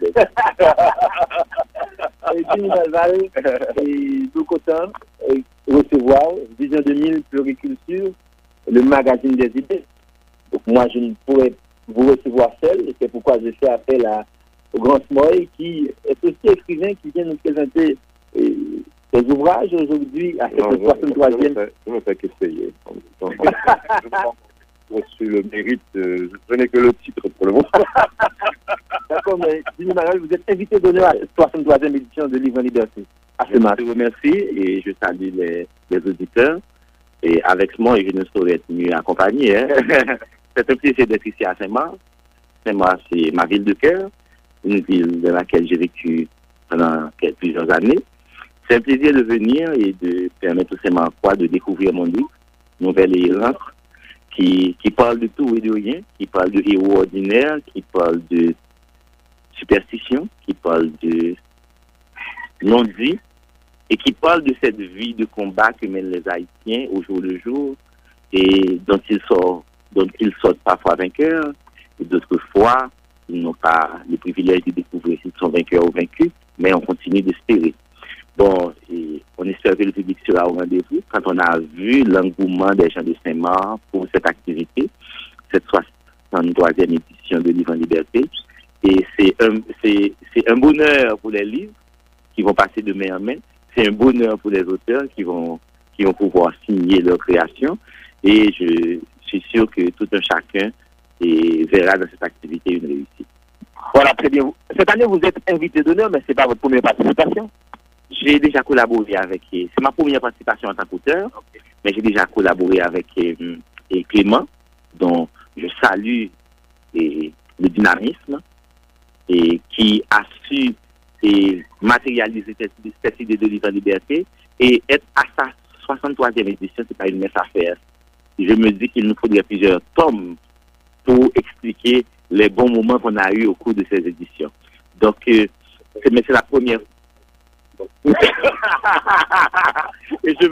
Jimmy Malval, et nous comptons recevoir Vision 2000 Pluriculture, le magazine des idées. Donc moi, je ne pourrais vous recevoir seul, et c'est pourquoi je fais appel au grand Smoy, qui est aussi écrivain, qui vient nous présenter ses ouvrages aujourd'hui à cette 63e. Je ne fais qu'essayer. Je suis le mérite, je n'ai que le titre pour le moment. D'accord, mais Jimmy Malval, vous êtes invité d'honneur à cette 63e édition de Livre en Liberté. Je vous remercie et je salue les auditeurs. Et avec moi, je ne saurais être mieux accompagné. Hein. C'est un plaisir d'être ici à Saint-Marc. Saint-Marc, c'est ma ville de cœur, une ville dans laquelle j'ai vécu pendant plusieurs années. C'est un plaisir de venir et de permettre aux Saint-Marcois de découvrir mon livre, Nouvelle et errante, qui parle de tout et de rien, qui parle de héros ordinaires, qui parle de superstition, qui parle de non-dit, et qui parle de cette vie de combat que mènent les Haïtiens au jour le jour, et dont ils sortent parfois vainqueurs, et d'autres fois, ils n'ont pas le privilège de découvrir s'ils sont vainqueurs ou vaincus, mais on continue d'espérer. Bon, et on espère que le public sera au rendez-vous. Quand on a vu l'engouement des gens de Saint-Marc pour cette activité, cette 63e édition de Livre en Liberté, et c'est un bonheur pour les livres qui vont passer de main en main. C'est un bonheur pour les auteurs qui vont pouvoir signer leur création. Et je suis sûr que tout un chacun verra dans cette activité une réussite. Voilà, très bien. Cette année, vous êtes invité d'honneur, mais ce n'est pas votre première participation. J'ai déjà collaboré avec... C'est ma première participation en tant qu'auteur, mais j'ai déjà collaboré avec Clément, dont je salue le dynamisme, et qui a su matérialiser cette idée de Livre en Liberté, et être à sa 63e édition, c'est pas une mince affaire. je me dis qu'il nous faudrait plusieurs tomes pour expliquer les bons moments qu'on a eus au cours de ces éditions. Donc, mais c'est la première. Et je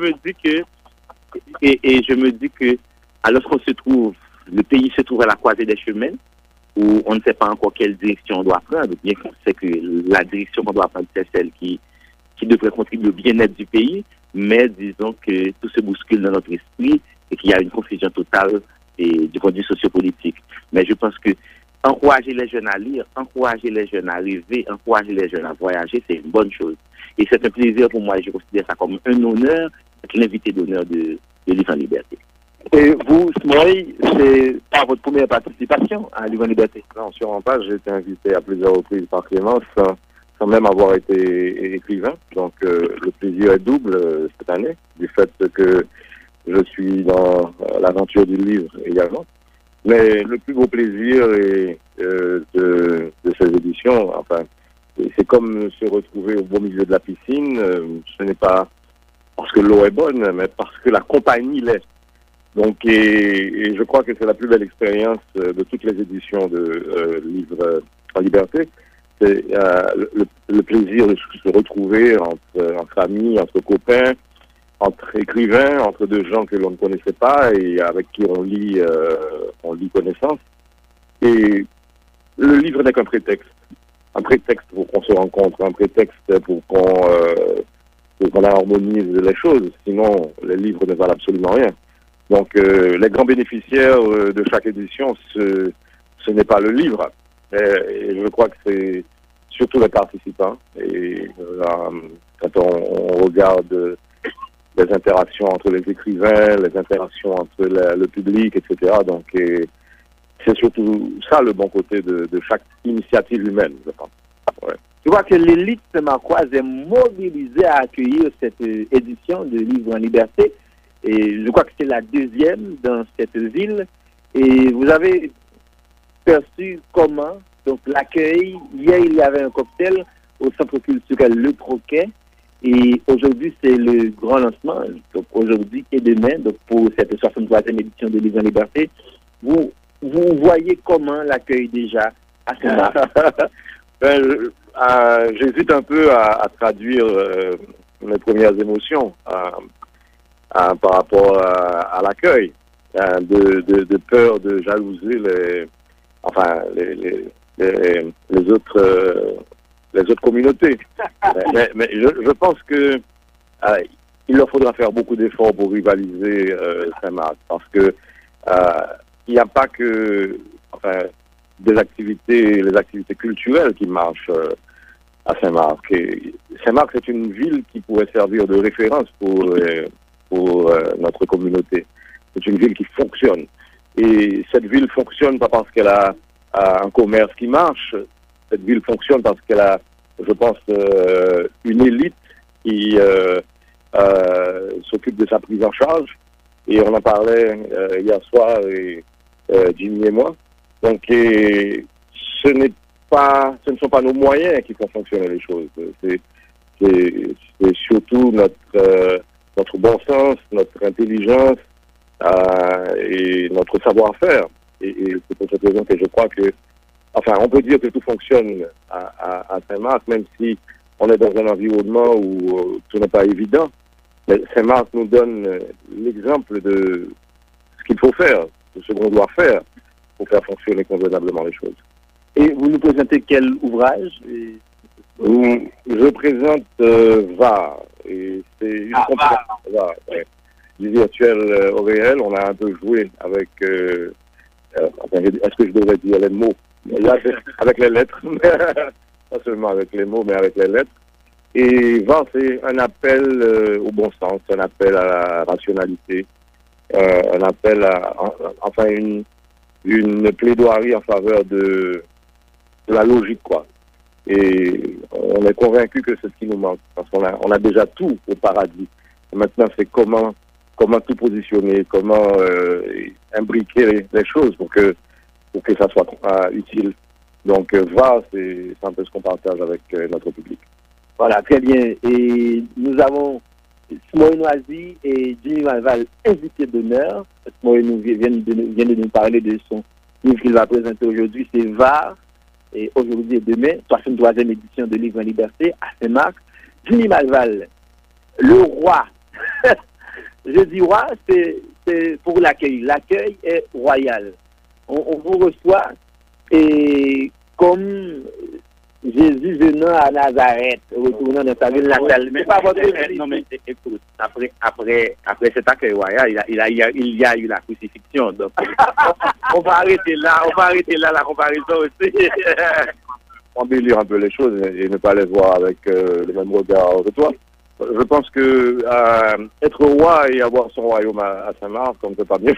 me dis que, alors qu'on se trouve, le pays se trouve à la croisée des chemins, où on ne sait pas encore quelle direction on doit prendre, bien qu'on sait que la direction qu'on doit prendre, c'est celle qui devrait contribuer au bien-être du pays, mais disons que tout se bouscule dans notre esprit et qu'il y a une confusion totale du point de vue sociopolitique. Mais je pense que encourager les jeunes à lire, encourager les jeunes à rêver, encourager les jeunes à voyager, c'est une bonne chose. Et c'est un plaisir pour moi, et je considère ça comme un honneur, d'être l'invité d'honneur de Livre en Liberté. Et vous, Smoy, c'est pas votre première participation à Livre en Liberté? Non, sûrement pas. J'ai été invité à plusieurs reprises par Clémence, sans même avoir été écrivain. Donc, le plaisir est double cette année, du fait que je suis dans l'aventure du livre également. Mais le plus beau plaisir de ces éditions, enfin, c'est comme se retrouver au beau milieu de la piscine. Ce n'est pas parce que l'eau est bonne, mais parce que la compagnie l'est. Donc, et je crois que c'est la plus belle expérience de toutes les éditions de Livres en Liberté. C'est le plaisir de se retrouver entre amis, entre copains, entre écrivains, entre deux gens que l'on ne connaissait pas et avec qui on lit connaissance. Et le livre n'est qu'un prétexte. Un prétexte pour qu'on se rencontre, un prétexte pour qu'on harmonise les choses. Sinon, les livres ne valent absolument rien. Donc, les grands bénéficiaires de chaque édition, ce n'est pas le livre. Et je crois que c'est surtout les participants. Et quand on regarde les interactions entre les écrivains, les interactions entre le public, etc. Donc, c'est surtout ça le bon côté de chaque initiative humaine, je pense. Ouais. Tu vois que l'élite saint-marcoise est mobilisée à accueillir cette édition de Livres en Liberté. Et je crois que c'est la deuxième dans cette ville. Et vous avez perçu comment, donc l'accueil, hier il y avait un cocktail au centre culturel Le Troquet. Et aujourd'hui, c'est le grand lancement, donc aujourd'hui et demain, donc pour cette 63e édition de Livres en Liberté. Vous voyez comment l'accueil déjà à Saint-Marc? J'hésite un peu à traduire mes premières émotions par rapport à l'accueil, de peur de jalouser les autres communautés. mais je pense que il leur faudra faire beaucoup d'efforts pour rivaliser Saint-Marc, parce que il n'y a pas que les activités culturelles qui marchent à Saint-Marc. Et Saint-Marc, c'est une ville qui pourrait servir de référence pour notre communauté. C'est une ville qui fonctionne. Et cette ville fonctionne pas parce qu'elle a un commerce qui marche. Cette ville fonctionne parce qu'elle a, je pense, une élite qui s'occupe de sa prise en charge. Et on en parlait hier soir, Jimmy et moi. Donc, ce ne sont pas nos moyens qui font fonctionner les choses. C'est surtout notre bon sens, notre intelligence et notre savoir-faire. Et c'est pour cette raison que je crois que, on peut dire que tout fonctionne à Saint-Marc, même si on est dans un environnement où tout n'est pas évident. Mais Saint-Marc nous donne l'exemple de ce qu'il faut faire, de ce qu'on doit faire pour faire fonctionner convenablement les choses. Et vous nous présentez quel ouvrage? Je présente VAR. Et c'est une compétition du virtuel au réel. On a un peu joué avec... est-ce que je devrais dire les mots? Avec les lettres. Pas seulement avec les mots, mais avec les lettres. Et VAR, c'est un appel au bon sens, un appel à la rationalité, un appel à... une plaidoirie en faveur de la logique, quoi. Et on est convaincu que c'est ce qui nous manque, parce qu'on a déjà tout au paradis. Et maintenant, c'est comment tout positionner, comment imbriquer les choses pour que ça soit utile. Donc, VAR, c'est un peu ce qu'on partage avec notre public. Voilà, très bien. Et nous avons Smoy-Noisy et Jimmy Malval, invité d'honneur. Smoy vient de nous parler de son livre qu'il va présenter aujourd'hui, c'est VAR. Et aujourd'hui et demain, 63e édition de Livre en Liberté à Saint-Marc. Jimmy Malval, le roi. Je dis roi, c'est pour l'accueil. L'accueil est royal. On vous reçoit et comme Jésus venant à Nazareth, retournant dans sa ville natale. Mais pas votre non, mais écoute, après cet accueil royal, il y a eu la crucifixion. Donc, on va arrêter là la comparaison aussi. Embellir un peu les choses et ne pas les voir avec le même regard que toi. Je pense que être roi et avoir son royaume à Saint-Marc, on ne peut pas mieux.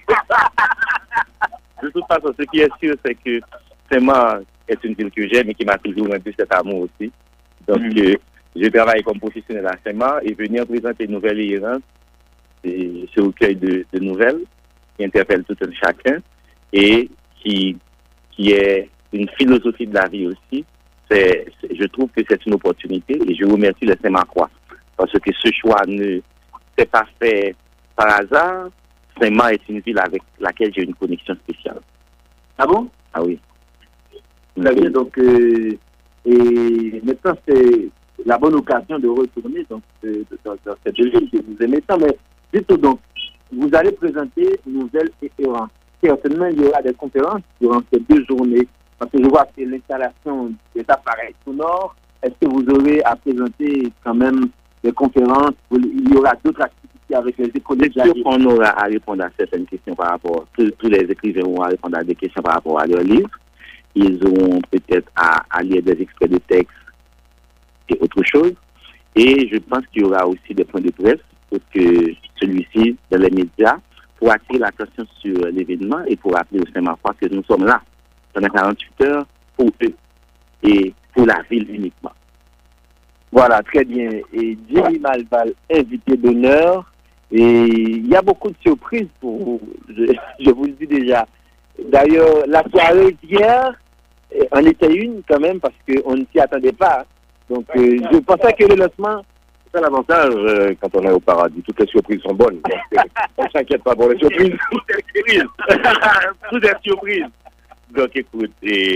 De toute façon, ce qui est sûr, c'est que Saint-Marc est une ville que j'aime et qui m'a toujours un peu cet amour aussi. Donc, je travaille comme professionnel à Saint-Marc et venir présenter une nouvelle errance, c'est ce recueil de nouvelles qui interpelle tout un chacun et qui est une philosophie de la vie aussi. Je trouve que c'est une opportunité et je remercie le Saint-Marcois parce que ce choix ne s'est pas fait par hasard. Saint-Marc est une ville avec laquelle j'ai une connexion spéciale. Ah bon? Ah oui. Très bien, donc, et maintenant c'est la bonne occasion de retourner donc, dans cette ville que vous aimez tant. Mais dites donc, vous allez présenter une nouvelle errance. Certainement, il y aura des conférences durant ces 2 journées. Parce que je vois que l'installation des appareils sonores, est-ce que vous aurez à présenter quand même des conférences? Il y aura d'autres activités avec les écoliers? Bien sûr qu'on aura à répondre à certaines questions par rapport, tous les écrivains auront à répondre à des questions par rapport à leurs livres. Ils auront peut-être à lire des extraits de textes et autre chose. Et je pense qu'il y aura aussi des points de presse pour que celui-ci, dans les médias, pour attirer l'attention sur l'événement et pour rappeler au Saint-Marcois que nous sommes là pendant 48 heures pour eux et pour la ville uniquement. Voilà, très bien. Et Jimmy Malval, invité d'honneur. Et il y a beaucoup de surprises pour vous. Je vous le dis déjà. D'ailleurs, la soirée d'hier en était une quand même parce qu'on ne s'y attendait pas. Donc, je pensais que le lancement... C'est l'avantage quand on est au paradis. Toutes les surprises sont bonnes. Donc, on ne s'inquiète pas pour les surprises. Toutes les surprises. Donc, écoute,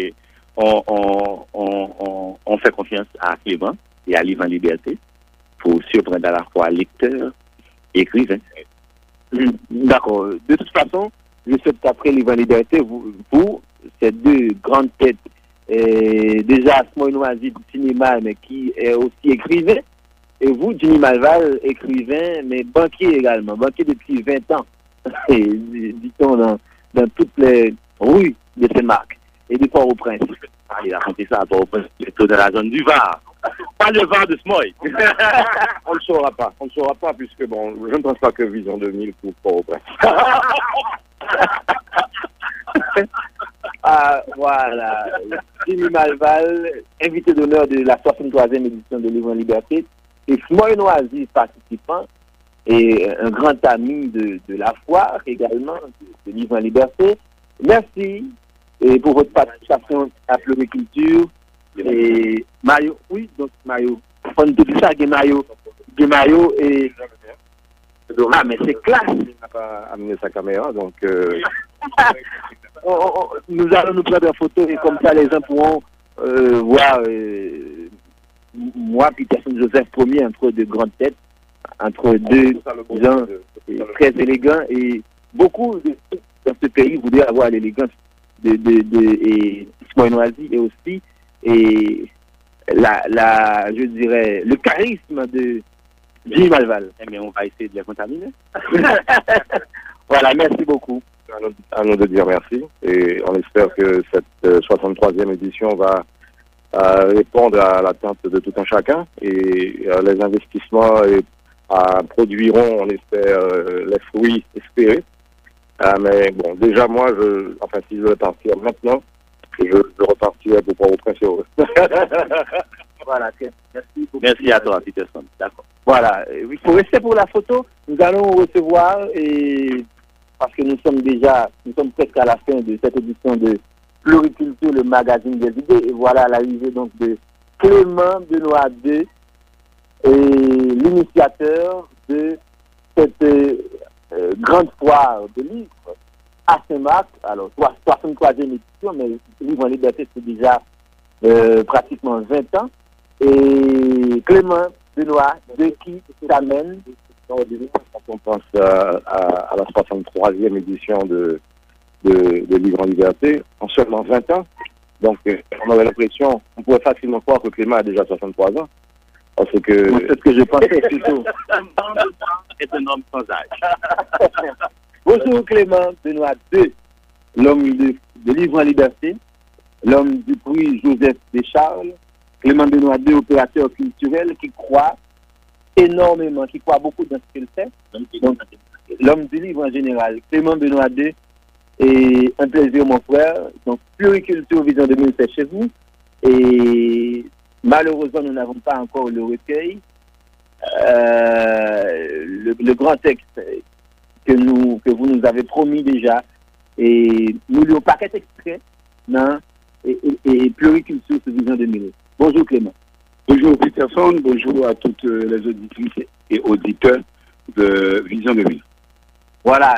on fait confiance à Clément et à Livre en Liberté pour surprendre à la fois lecteurs et écrivains. D'accord. De toute façon, je sais qu'après Livre en Liberté, vous, ces 2 grandes têtes, déjà Smoy-Noisy du cinéma, mais qui est aussi écrivain, et vous, Jimmy Malval, écrivain, mais banquier également, banquier depuis 20 ans, dit-on dans toutes les rues de Saint-Marc et de Port-au-Prince. Il a raconté ça à Port-au-Prince, plutôt dans la zone du Var. Pas le Var de Smoy. On ne le saura pas. On ne le saura pas puisque, bon, je ne pense pas que Vision 2000 couvre Port-au-Prince. Voilà. Jimmy Malval, invité d'honneur de la 63e édition de Livre en Liberté. Et Smoy-Noisy, participant, et un grand ami de la foire également, de Livre en Liberté. Merci pour votre participation à Floriculture. Et Mario, oui, donc Mario. On dit ça, Mario et... Ah, mais c'est classe. Il n'a pas amené sa caméra, donc... Nous allons nous prendre en photo et comme ça les gens pourront voir moi, Peterson Joseph Ier, entre 2 grandes têtes, entre 2 gens très élégants et beaucoup dans ce pays voudraient avoir l'élégance de Smoy-Noisy et aussi et je dirais le charisme de Jimmy Malval. Mais on va essayer de les contaminer. Voilà, merci beaucoup. À nous de dire merci et on espère que cette 63e édition va répondre à l'attente de tout un chacun et les investissements produiront, on espère, les fruits espérés. Mais bon, déjà moi, si je veux partir maintenant, je repartirai pour Port-au-Prince. Voilà, merci beaucoup. Merci à toi, Peterson. D'accord. Voilà, il faut rester pour la photo. Nous allons recevoir parce que nous sommes presque à la fin de cette édition de Floriculture, le magazine des idées. Et voilà l'arrivée donc de Clément Benoît II, l'initiateur de cette grande foire de livres à Saint-Marc. Alors, 63e édition, mais Livre en Liberté, c'est déjà pratiquement 20 ans. Et Clément Benoît, de qui t'amène? Quand on pense à la 63e édition de Livre en Liberté, en seulement 20 ans, donc on avait l'impression, on pourrait facilement croire que Clément a déjà 63 ans. Parce que... C'est ce que je pensais plutôt. C'est un homme sans âge. Bonjour Clément Benoît II, l'homme de Livre en Liberté, l'homme du prix Joseph Descharles, Clément Benoît II, opérateur culturel qui croit énormément, qui croit beaucoup dans ce qu'il fait. Donc, l'homme du livre en général, Clément Benoît II, et un plaisir mon frère. Donc, Pluriculture Vision 2007 chez vous. Et malheureusement, nous n'avons pas encore le recueil. Le grand texte que vous nous avez promis déjà. Et nous lui avons paquet extrait, non? Et Pluriculture Vision 2000. Bonjour Clément. Bonjour Peterson, bonjour à toutes les auditrices et auditeurs de Vision 2000. Voilà,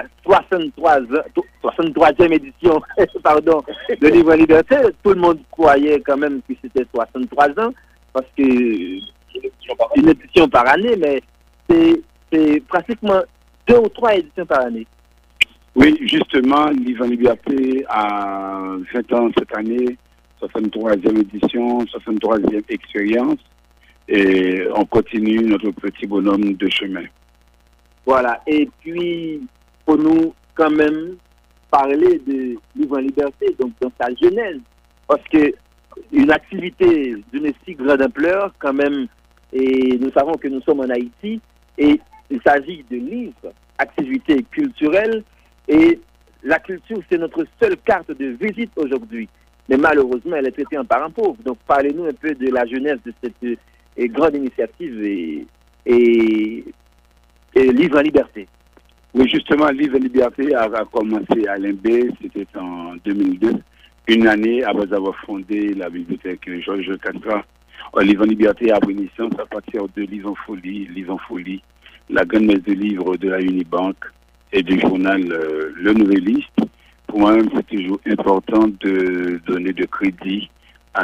63e édition pardon, de Livre en Liberté. Tout le monde croyait quand même que c'était 63 ans, parce que une édition par année, mais c'est pratiquement 2 ou 3 éditions par année. Oui, justement, Livre en Liberté a 20 ans cette année, 63e édition, 63e expérience, et on continue notre petit bonhomme de chemin. Voilà, et puis, pour nous quand même parler de Livre en Liberté, donc dans sa genèse, parce que une activité d'une si grande ampleur, quand même, et nous savons que nous sommes en Haïti, et il s'agit de livres, activités culturelles, et la culture, c'est notre seule carte de visite aujourd'hui. Mais malheureusement, elle est traitée en parent pauvre. Donc, parlez-nous un peu de la jeunesse de cette grande initiative et Livre en Liberté. Oui, justement, Livre en Liberté a commencé à Limbé, c'était en 2002, une année après avoir fondé la bibliothèque Georges Catra. Livre en Liberté a pris naissance à partir de Livre en Folie, la grande messe de livres de la Unibank et du journal Le Nouvelliste. Pour moi-même, c'est toujours important de donner de crédit à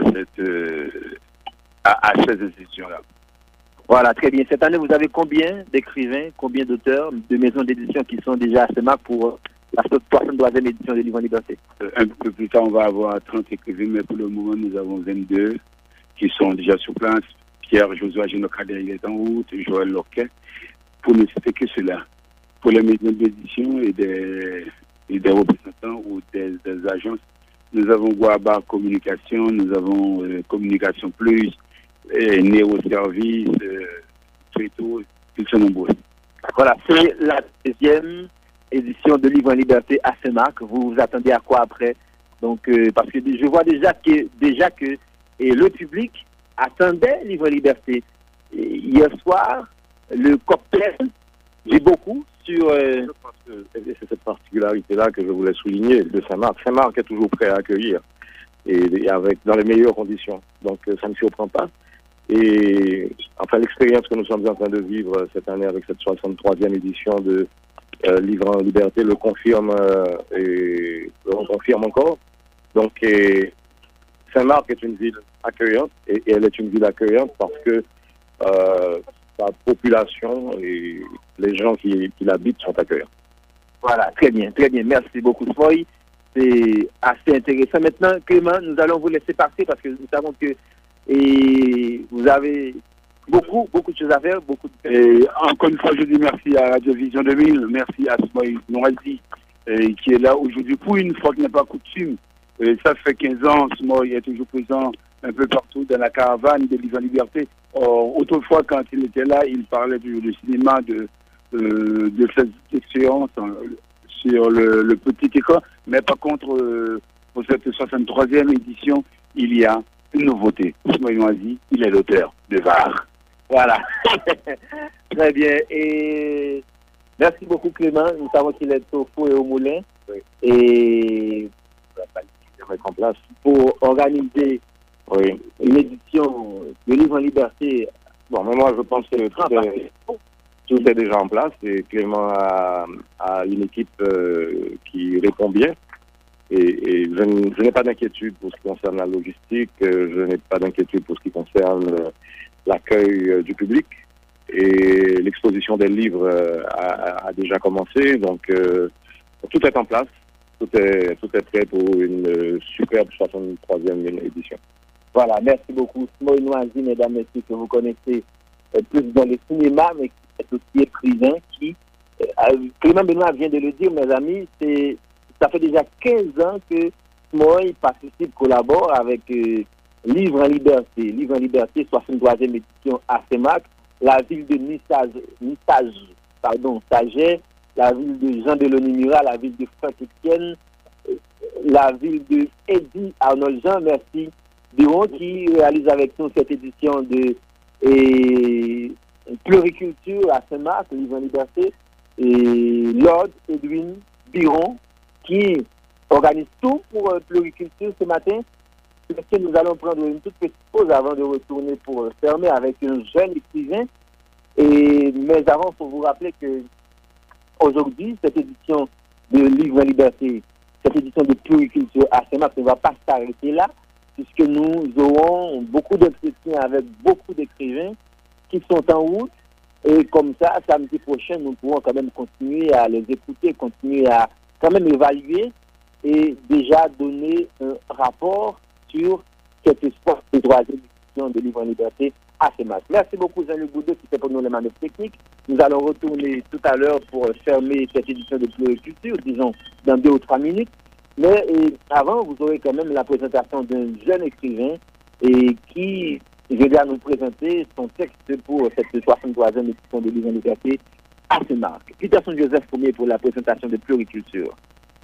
ces institutions-là. Voilà, très bien. Cette année, vous avez combien d'écrivains, combien d'auteurs, de maisons d'édition qui sont déjà à Saint-Marc pour la 63e édition de Livre en Liberté? Un peu plus tard, on va avoir 30 écrivains, mais pour le moment, nous avons 22 qui sont déjà sur place. Pierre Josué Génocadet, il est en route, Joël Loquet, pour ne citer que cela. Pour les maisons d'édition et des représentants ou des agences, nous avons Guaba Communication, nous avons Communication Plus, Néo Service, Trito, ils sont nombreux. Voilà, c'est la 2e édition de Livre en Liberté à Saint-Marc. Vous vous attendez à quoi après? Donc, parce que je vois déjà que le public attendait Livre en Liberté. Et hier soir, le cocktail, j'ai beaucoup sur... Je pense que c'est cette particularité-là que je voulais souligner de Saint-Marc. Saint-Marc est toujours prêt à accueillir, et dans les meilleures conditions. Donc, ça ne surprend pas. Et enfin, l'expérience que nous sommes en train de vivre cette année avec cette 63e édition de Livre en Liberté le confirme et on confirme encore. Donc, Saint-Marc est une ville accueillante et elle est une ville accueillante parce que sa population et les gens qui l'habitent sont accueillants. Voilà, très bien. Merci beaucoup, Foy. C'est assez intéressant. Maintenant, Clément, nous allons vous laisser partir parce que nous savons que vous avez beaucoup de choses à faire. Et encore une fois, je dis merci à Radio Vision 2000, merci à Smoy Noisy qui est là aujourd'hui pour une fois qui n'est pas coutume. Ça fait 15 ans, Smoy est toujours présent un peu partout dans la caravane de Livre en Liberté. Autrefois, quand il était là, il parlait du cinéma, de cette expérience sur le petit écran. Mais par contre, pour cette 63e édition, il y a une nouveauté. Smoy Noisy, il est l'auteur de VAR. Voilà. Très bien. Et merci beaucoup, Clément. Nous savons qu'il est au four et au moulin. Oui. Et mettre en place pour organiser une édition de Livre en Liberté Bon, mais moi, je pense que tout est déjà en place et Clément a une équipe qui répond bien. Et je n'ai pas d'inquiétude pour ce qui concerne la logistique, je n'ai pas d'inquiétude pour ce qui concerne l'accueil du public. Et l'exposition des livres a déjà commencé, donc tout est en place, tout est prêt pour une superbe 63e édition. Voilà, merci beaucoup. Simone Noisy, mesdames et messieurs, que vous connaissez plus dans le cinéma, mais qui est aussi écrivain, qui, Clément Benoît vient de le dire, mes amis, ça fait déjà 15 ans que Simone participe, collabore avec Livre en Liberté. Livre en Liberté, 63e édition à CEMAC, la ville de Saget, la ville de Jean Delaunay Murat, la ville de Franck Etienne, la ville de Eddie Arnold Jean, merci, Biron, qui réalise avec nous cette édition de pluriculture à Saint-Marc, Livre en Liberté, et Lord Edwin Biron, qui organise tout pour pluriculture ce matin. Nous allons prendre une toute petite pause avant de retourner pour fermer avec un jeune écrivain. Mais avant, il faut vous rappeler que aujourd'hui, cette édition de Livre en Liberté, cette édition de pluriculture à Saint-Marc ne va pas s'arrêter là, puisque nous aurons beaucoup d'entretiens avec beaucoup d'écrivains qui sont en route. Et comme ça, samedi prochain, nous pourrons quand même continuer à les écouter, continuer à quand même évaluer et déjà donner un rapport sur cet espoir de troisième édition de Livre en Liberté à CEMAC. Merci beaucoup Jean-Luc Boudot qui fait pour nous les manœuvres techniques. Nous allons retourner tout à l'heure pour fermer cette édition de pluriculture, disons dans 2 ou 3 minutes. Mais avant, vous aurez quand même la présentation d'un jeune écrivain et qui va nous présenter son texte pour cette 63e édition de Livre en Liberté à CEMAC. Peterson Joseph Premier pour la présentation de pluriculture.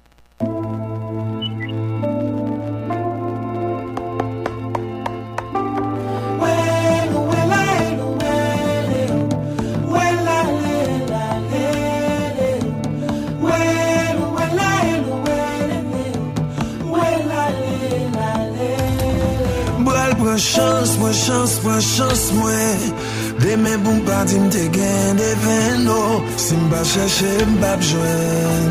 Chance, moi. Demain, bon parti, m'te gain des vénos. Si m'ba chercher, m'ba bjouen.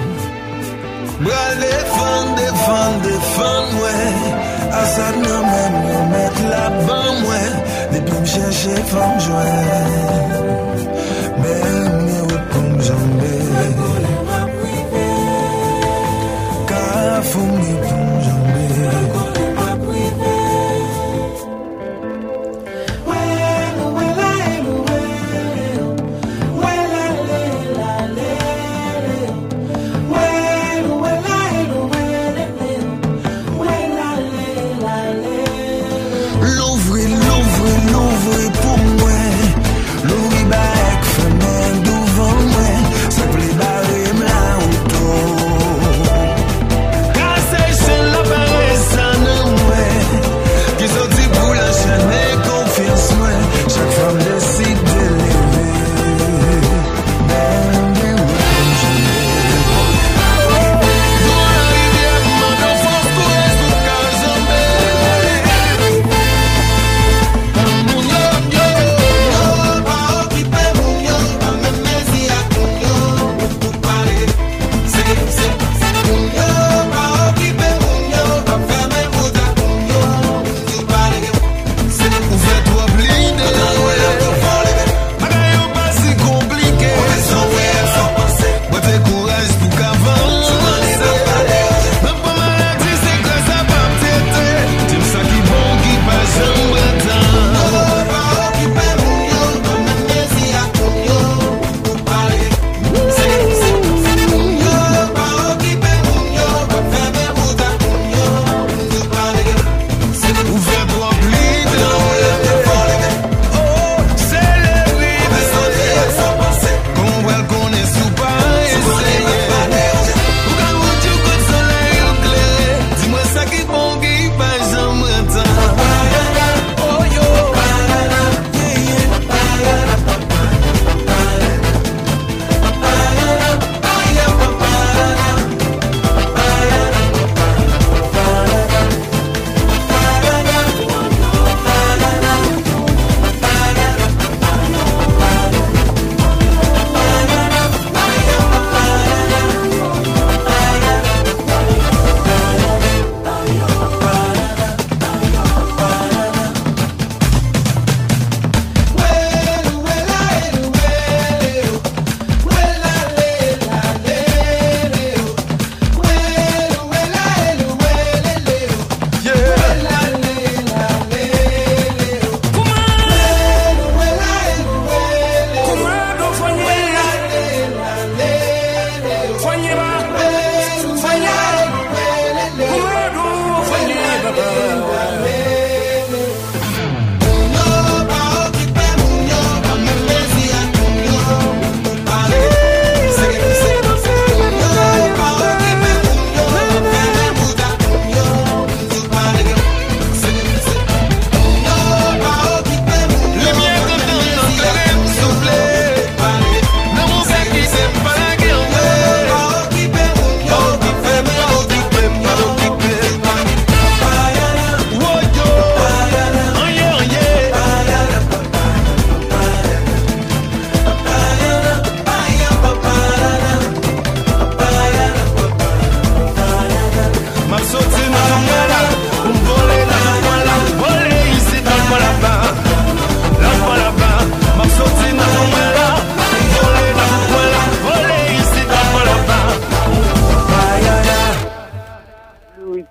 Bral défendre, ouais. Assad nan même, on met la ban, ouais. Depuis m'chercher, femme jouen. Mais m'y repombe jambé. Car faut m'y pombe jambé. L'ouvrir pour moi, l'ouvrir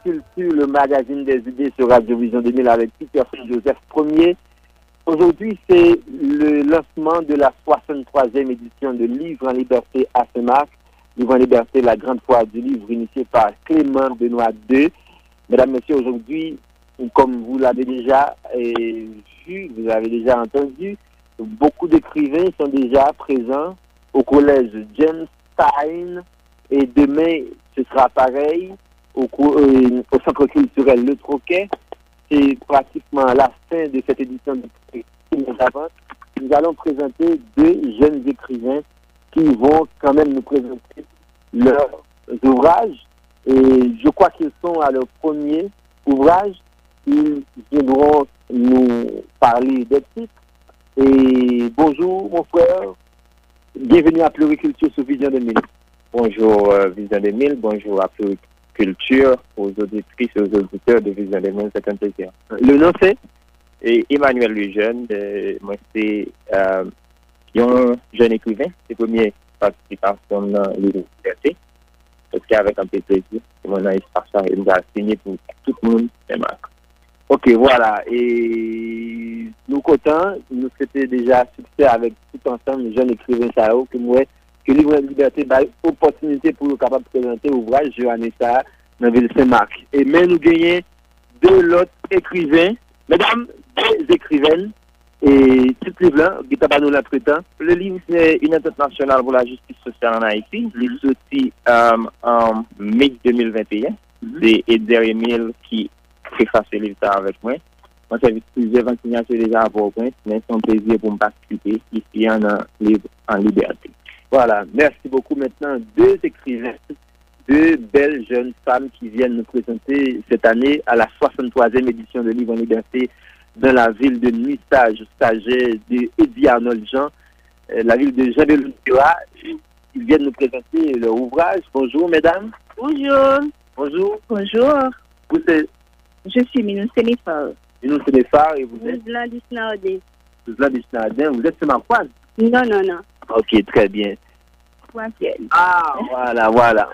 Culture, le magazine des idées sur Radio Vision 2000 avec Peterson Joseph Ier. Aujourd'hui, c'est le lancement de la 63e édition de Livre en Liberté à Saint-Marc. Livre en Liberté, la grande foire du livre initiée par Clément Benoît II. Mesdames, Messieurs, aujourd'hui, comme vous l'avez déjà vu, vous l'avez déjà entendu, beaucoup d'écrivains sont déjà présents au collège James Stein et demain, ce sera pareil au centre culturel Le Troquet. C'est pratiquement la fin de cette édition de nous allons présenter deux jeunes écrivains qui vont quand même nous présenter leurs ouvrages. Et je crois qu'ils sont à leur premier ouvrage. Ils viendront nous parler des titres. Et bonjour mon frère, bienvenue à Pluriculture sur Vision 2000. Bonjour Vision 2000, bonjour à Pluriculture, aux auditrices et aux auditeurs de Vision 2000, c'est un plaisir. Le nom c'est Emmanuel Lejeune, moi c'est un jeune écrivain, c'est la première participation dans l'université. Parce qu'avec un peu de plaisir, mon espace il nous a signé pour tout le monde, c'est Marc. Ok, voilà. Et nous contents, nous c'était déjà succès avec tout ensemble les jeunes écrivains Sao, que moi, que Livre en Liberté a opportunité pour nous capable de présenter l'ouvrage Johannes Sao dans la ville de Saint-Marc. Et mais nous gagnons deux autres écrivains, mesdames, deux écrivaines, et tout livre-là, qui t'a pas nous l'entretemps. Le livre, c'est une entente nationale pour la justice sociale en Haïti. Il est sorti en mai 2021. C'est Eder Emile qui préface le livre avec moi. Moi, j'ai vu plusieurs signatures déjà à Port-au-Prince, mais c'est un plaisir pour me participer ici en Livre en Liberté. Voilà, merci beaucoup. Maintenant, deux écrivains, deux belles jeunes femmes qui viennent nous présenter cette année à la 63e édition de Livre en Liberté dans la ville de Nuit stagiaire de Eddie Arnold Jean, la ville de Jean-Beloutéa. Ils viennent nous présenter leur ouvrage. Bonjour, mesdames. Bonjour. Bonjour. Bonjour. Vous êtes... Je suis Minou Sénéfar. Minou Sénéfar, et vous êtes... Zlan Disnardin. Zlan Disnardin. Vous êtes Semarquoise? Non, non, non. Ok, très bien. Pointe-Pienne. Ah, voilà.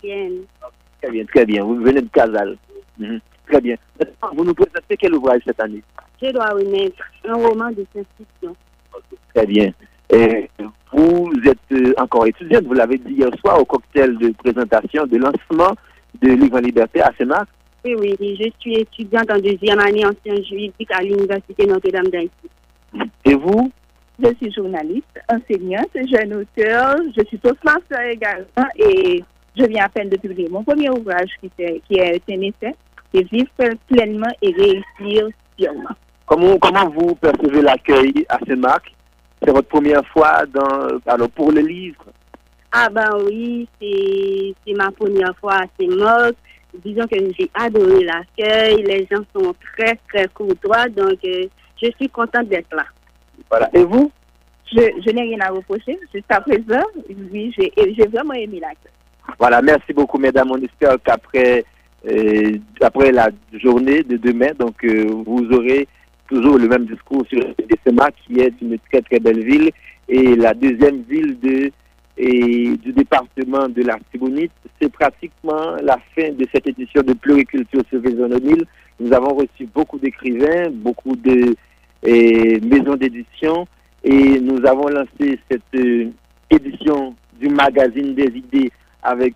Très bien, très bien. Vous venez de Casal. Très bien. Maintenant, vous nous présentez quel ouvrage cette année? Je dois remettre un roman de science-fiction. Très bien. Et vous êtes encore étudiante, vous l'avez dit hier soir au cocktail de présentation de lancement de Livre en Liberté à Saint-Marc. Oui, je suis étudiante en deuxième année en sciences juridiques à l'Université Notre-Dame d'Haïti. Et vous? Je suis journaliste, enseignante, jeune auteur, je suis toastmaster également et je viens à peine de publier mon premier ouvrage qui est un essai, c'est Vivre pleinement et réussir sûrement. Comment vous percevez l'accueil à Saint-Marc? C'est votre première fois pour le livre? Ah ben oui, c'est ma première fois à Saint-Marc. Disons que j'ai adoré l'accueil, les gens sont très très courtois, donc je suis contente d'être là. Voilà. Et vous? Je n'ai rien à reprocher jusqu'à présent. Oui, j'ai vraiment aimé l'accueil. Voilà, merci beaucoup mesdames. On espère qu'après la journée de demain, donc vous aurez toujours le même discours sur Saint-Marc, qui est une très très belle ville et la deuxième ville du département de l'Artibonite. C'est pratiquement la fin de cette édition de Pluriculture sur Vision 2000. Nous avons reçu beaucoup d'écrivains, beaucoup de maisons d'édition et nous avons lancé cette édition du magazine des idées avec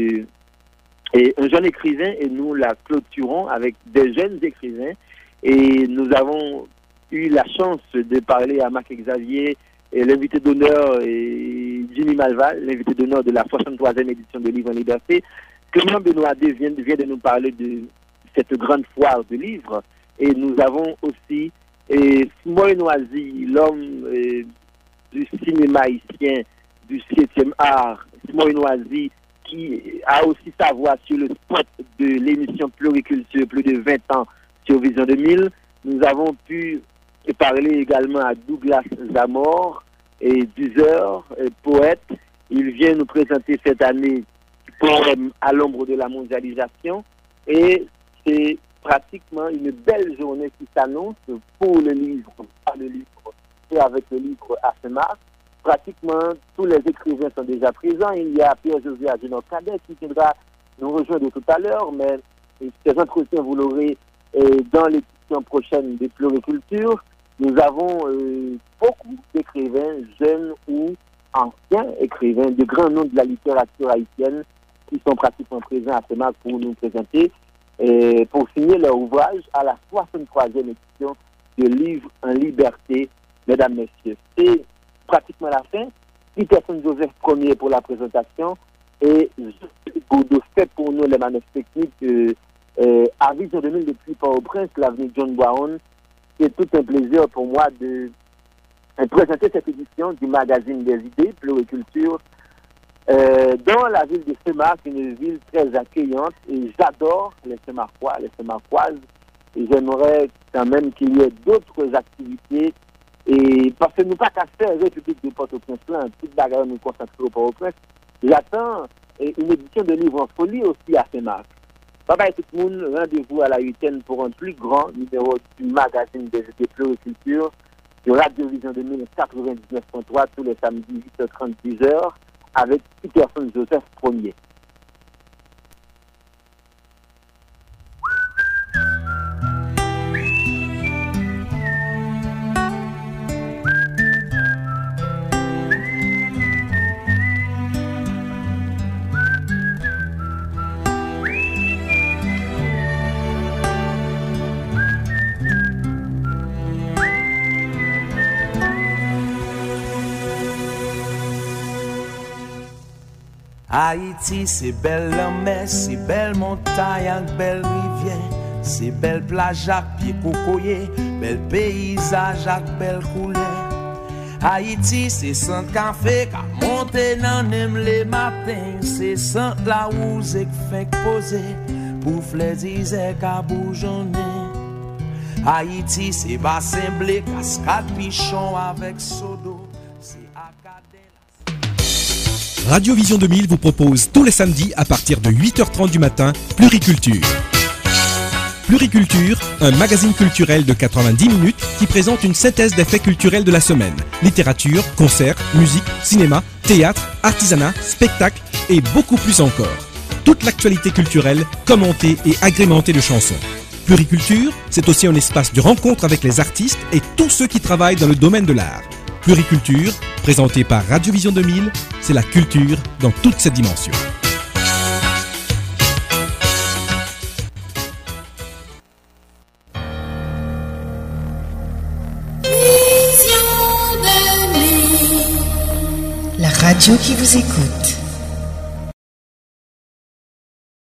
un jeune écrivain et nous la clôturons avec des jeunes écrivains. Et nous avons eu la chance de parler à Marc Xavier, et l'invité d'honneur et Jimmy Malval, l'invité d'honneur de la 63e édition de Livre en Liberté. Clément Benoît II vient de nous parler de cette grande foire de livres. Et nous avons aussi Simon Noisy, l'homme du cinéma haïtien, du 7e art, Simon Noisy, qui a aussi sa voix sur le spot de l'émission Pluriculture, plus de 20 ans sur Vision 2000. Nous avons pu parler également à Douglas Zamor, et 10 heures, poète. Il vient nous présenter cette année Poème à l'ombre de la mondialisation. Et c'est pratiquement une belle journée qui s'annonce pour le livre, et avec le livre à Saint-Marc. Pratiquement tous les écrivains sont déjà présents. Il y a Pierre-José Agenor Cadet qui viendra nous rejoindre tout à l'heure, mais ces entretiens, vous l'aurez dans l'édition prochaine de Floriculture. Nous avons beaucoup d'écrivains, jeunes ou anciens écrivains, de grands noms de la littérature haïtienne qui sont pratiquement présents à CEMAC pour nous présenter, pour signer leur ouvrage à la 63e édition de Livres en Liberté, mesdames, messieurs. C'est pratiquement la fin. Peterson Joseph Ier pour la présentation et Godot fait pour nous les manœuvres techniques à Vision 2000 depuis Port-au-Prince, l'avenue John Brown. C'est tout un plaisir pour moi de présenter cette édition du magazine des idées, Floriculture, dans la ville de Semac, une ville très accueillante, et j'adore les Semacois, les Semacoises, et j'aimerais quand même qu'il y ait d'autres activités, et parce que nous pas qu'à faire République de Port-au-Prince, toute bagarre nous concentrer au Port-au-Prince. J'attends une édition de livres en folie aussi à Semac. Bye bye tout le monde, rendez-vous à la 8e pour un plus grand numéro du magazine des idées Floriculture sur Radio Vision 2000 99.3 tous les samedis 8h30 10h avec Peterson Joseph Ier. Haïti, c'est belle la mer, c'est belle montagne avec belle rivière, c'est belle plage avec pied cocoyer, bel paysage avec belle couleur. Haïti, c'est sans café qui monte dans les matins, c'est sans la rouse qui fait poser pour fléziser qui bougeonner. Haïti, c'est bassin blé, cascade pichon avec sodo, c'est acadé. Radio Vision 2000 vous propose tous les samedis à partir de 8h30 du matin Pluriculture. Pluriculture, un magazine culturel de 90 minutes qui présente une synthèse des faits culturels de la semaine. Littérature, concerts, musique, cinéma, théâtre, artisanat, spectacle et beaucoup plus encore. Toute l'actualité culturelle commentée et agrémentée de chansons. Pluriculture, c'est aussi un espace de rencontre avec les artistes et tous ceux qui travaillent dans le domaine de l'art. Pluriculture, présenté par Radio Vision 2000, c'est la culture dans toutes ses dimensions. La radio qui vous écoute.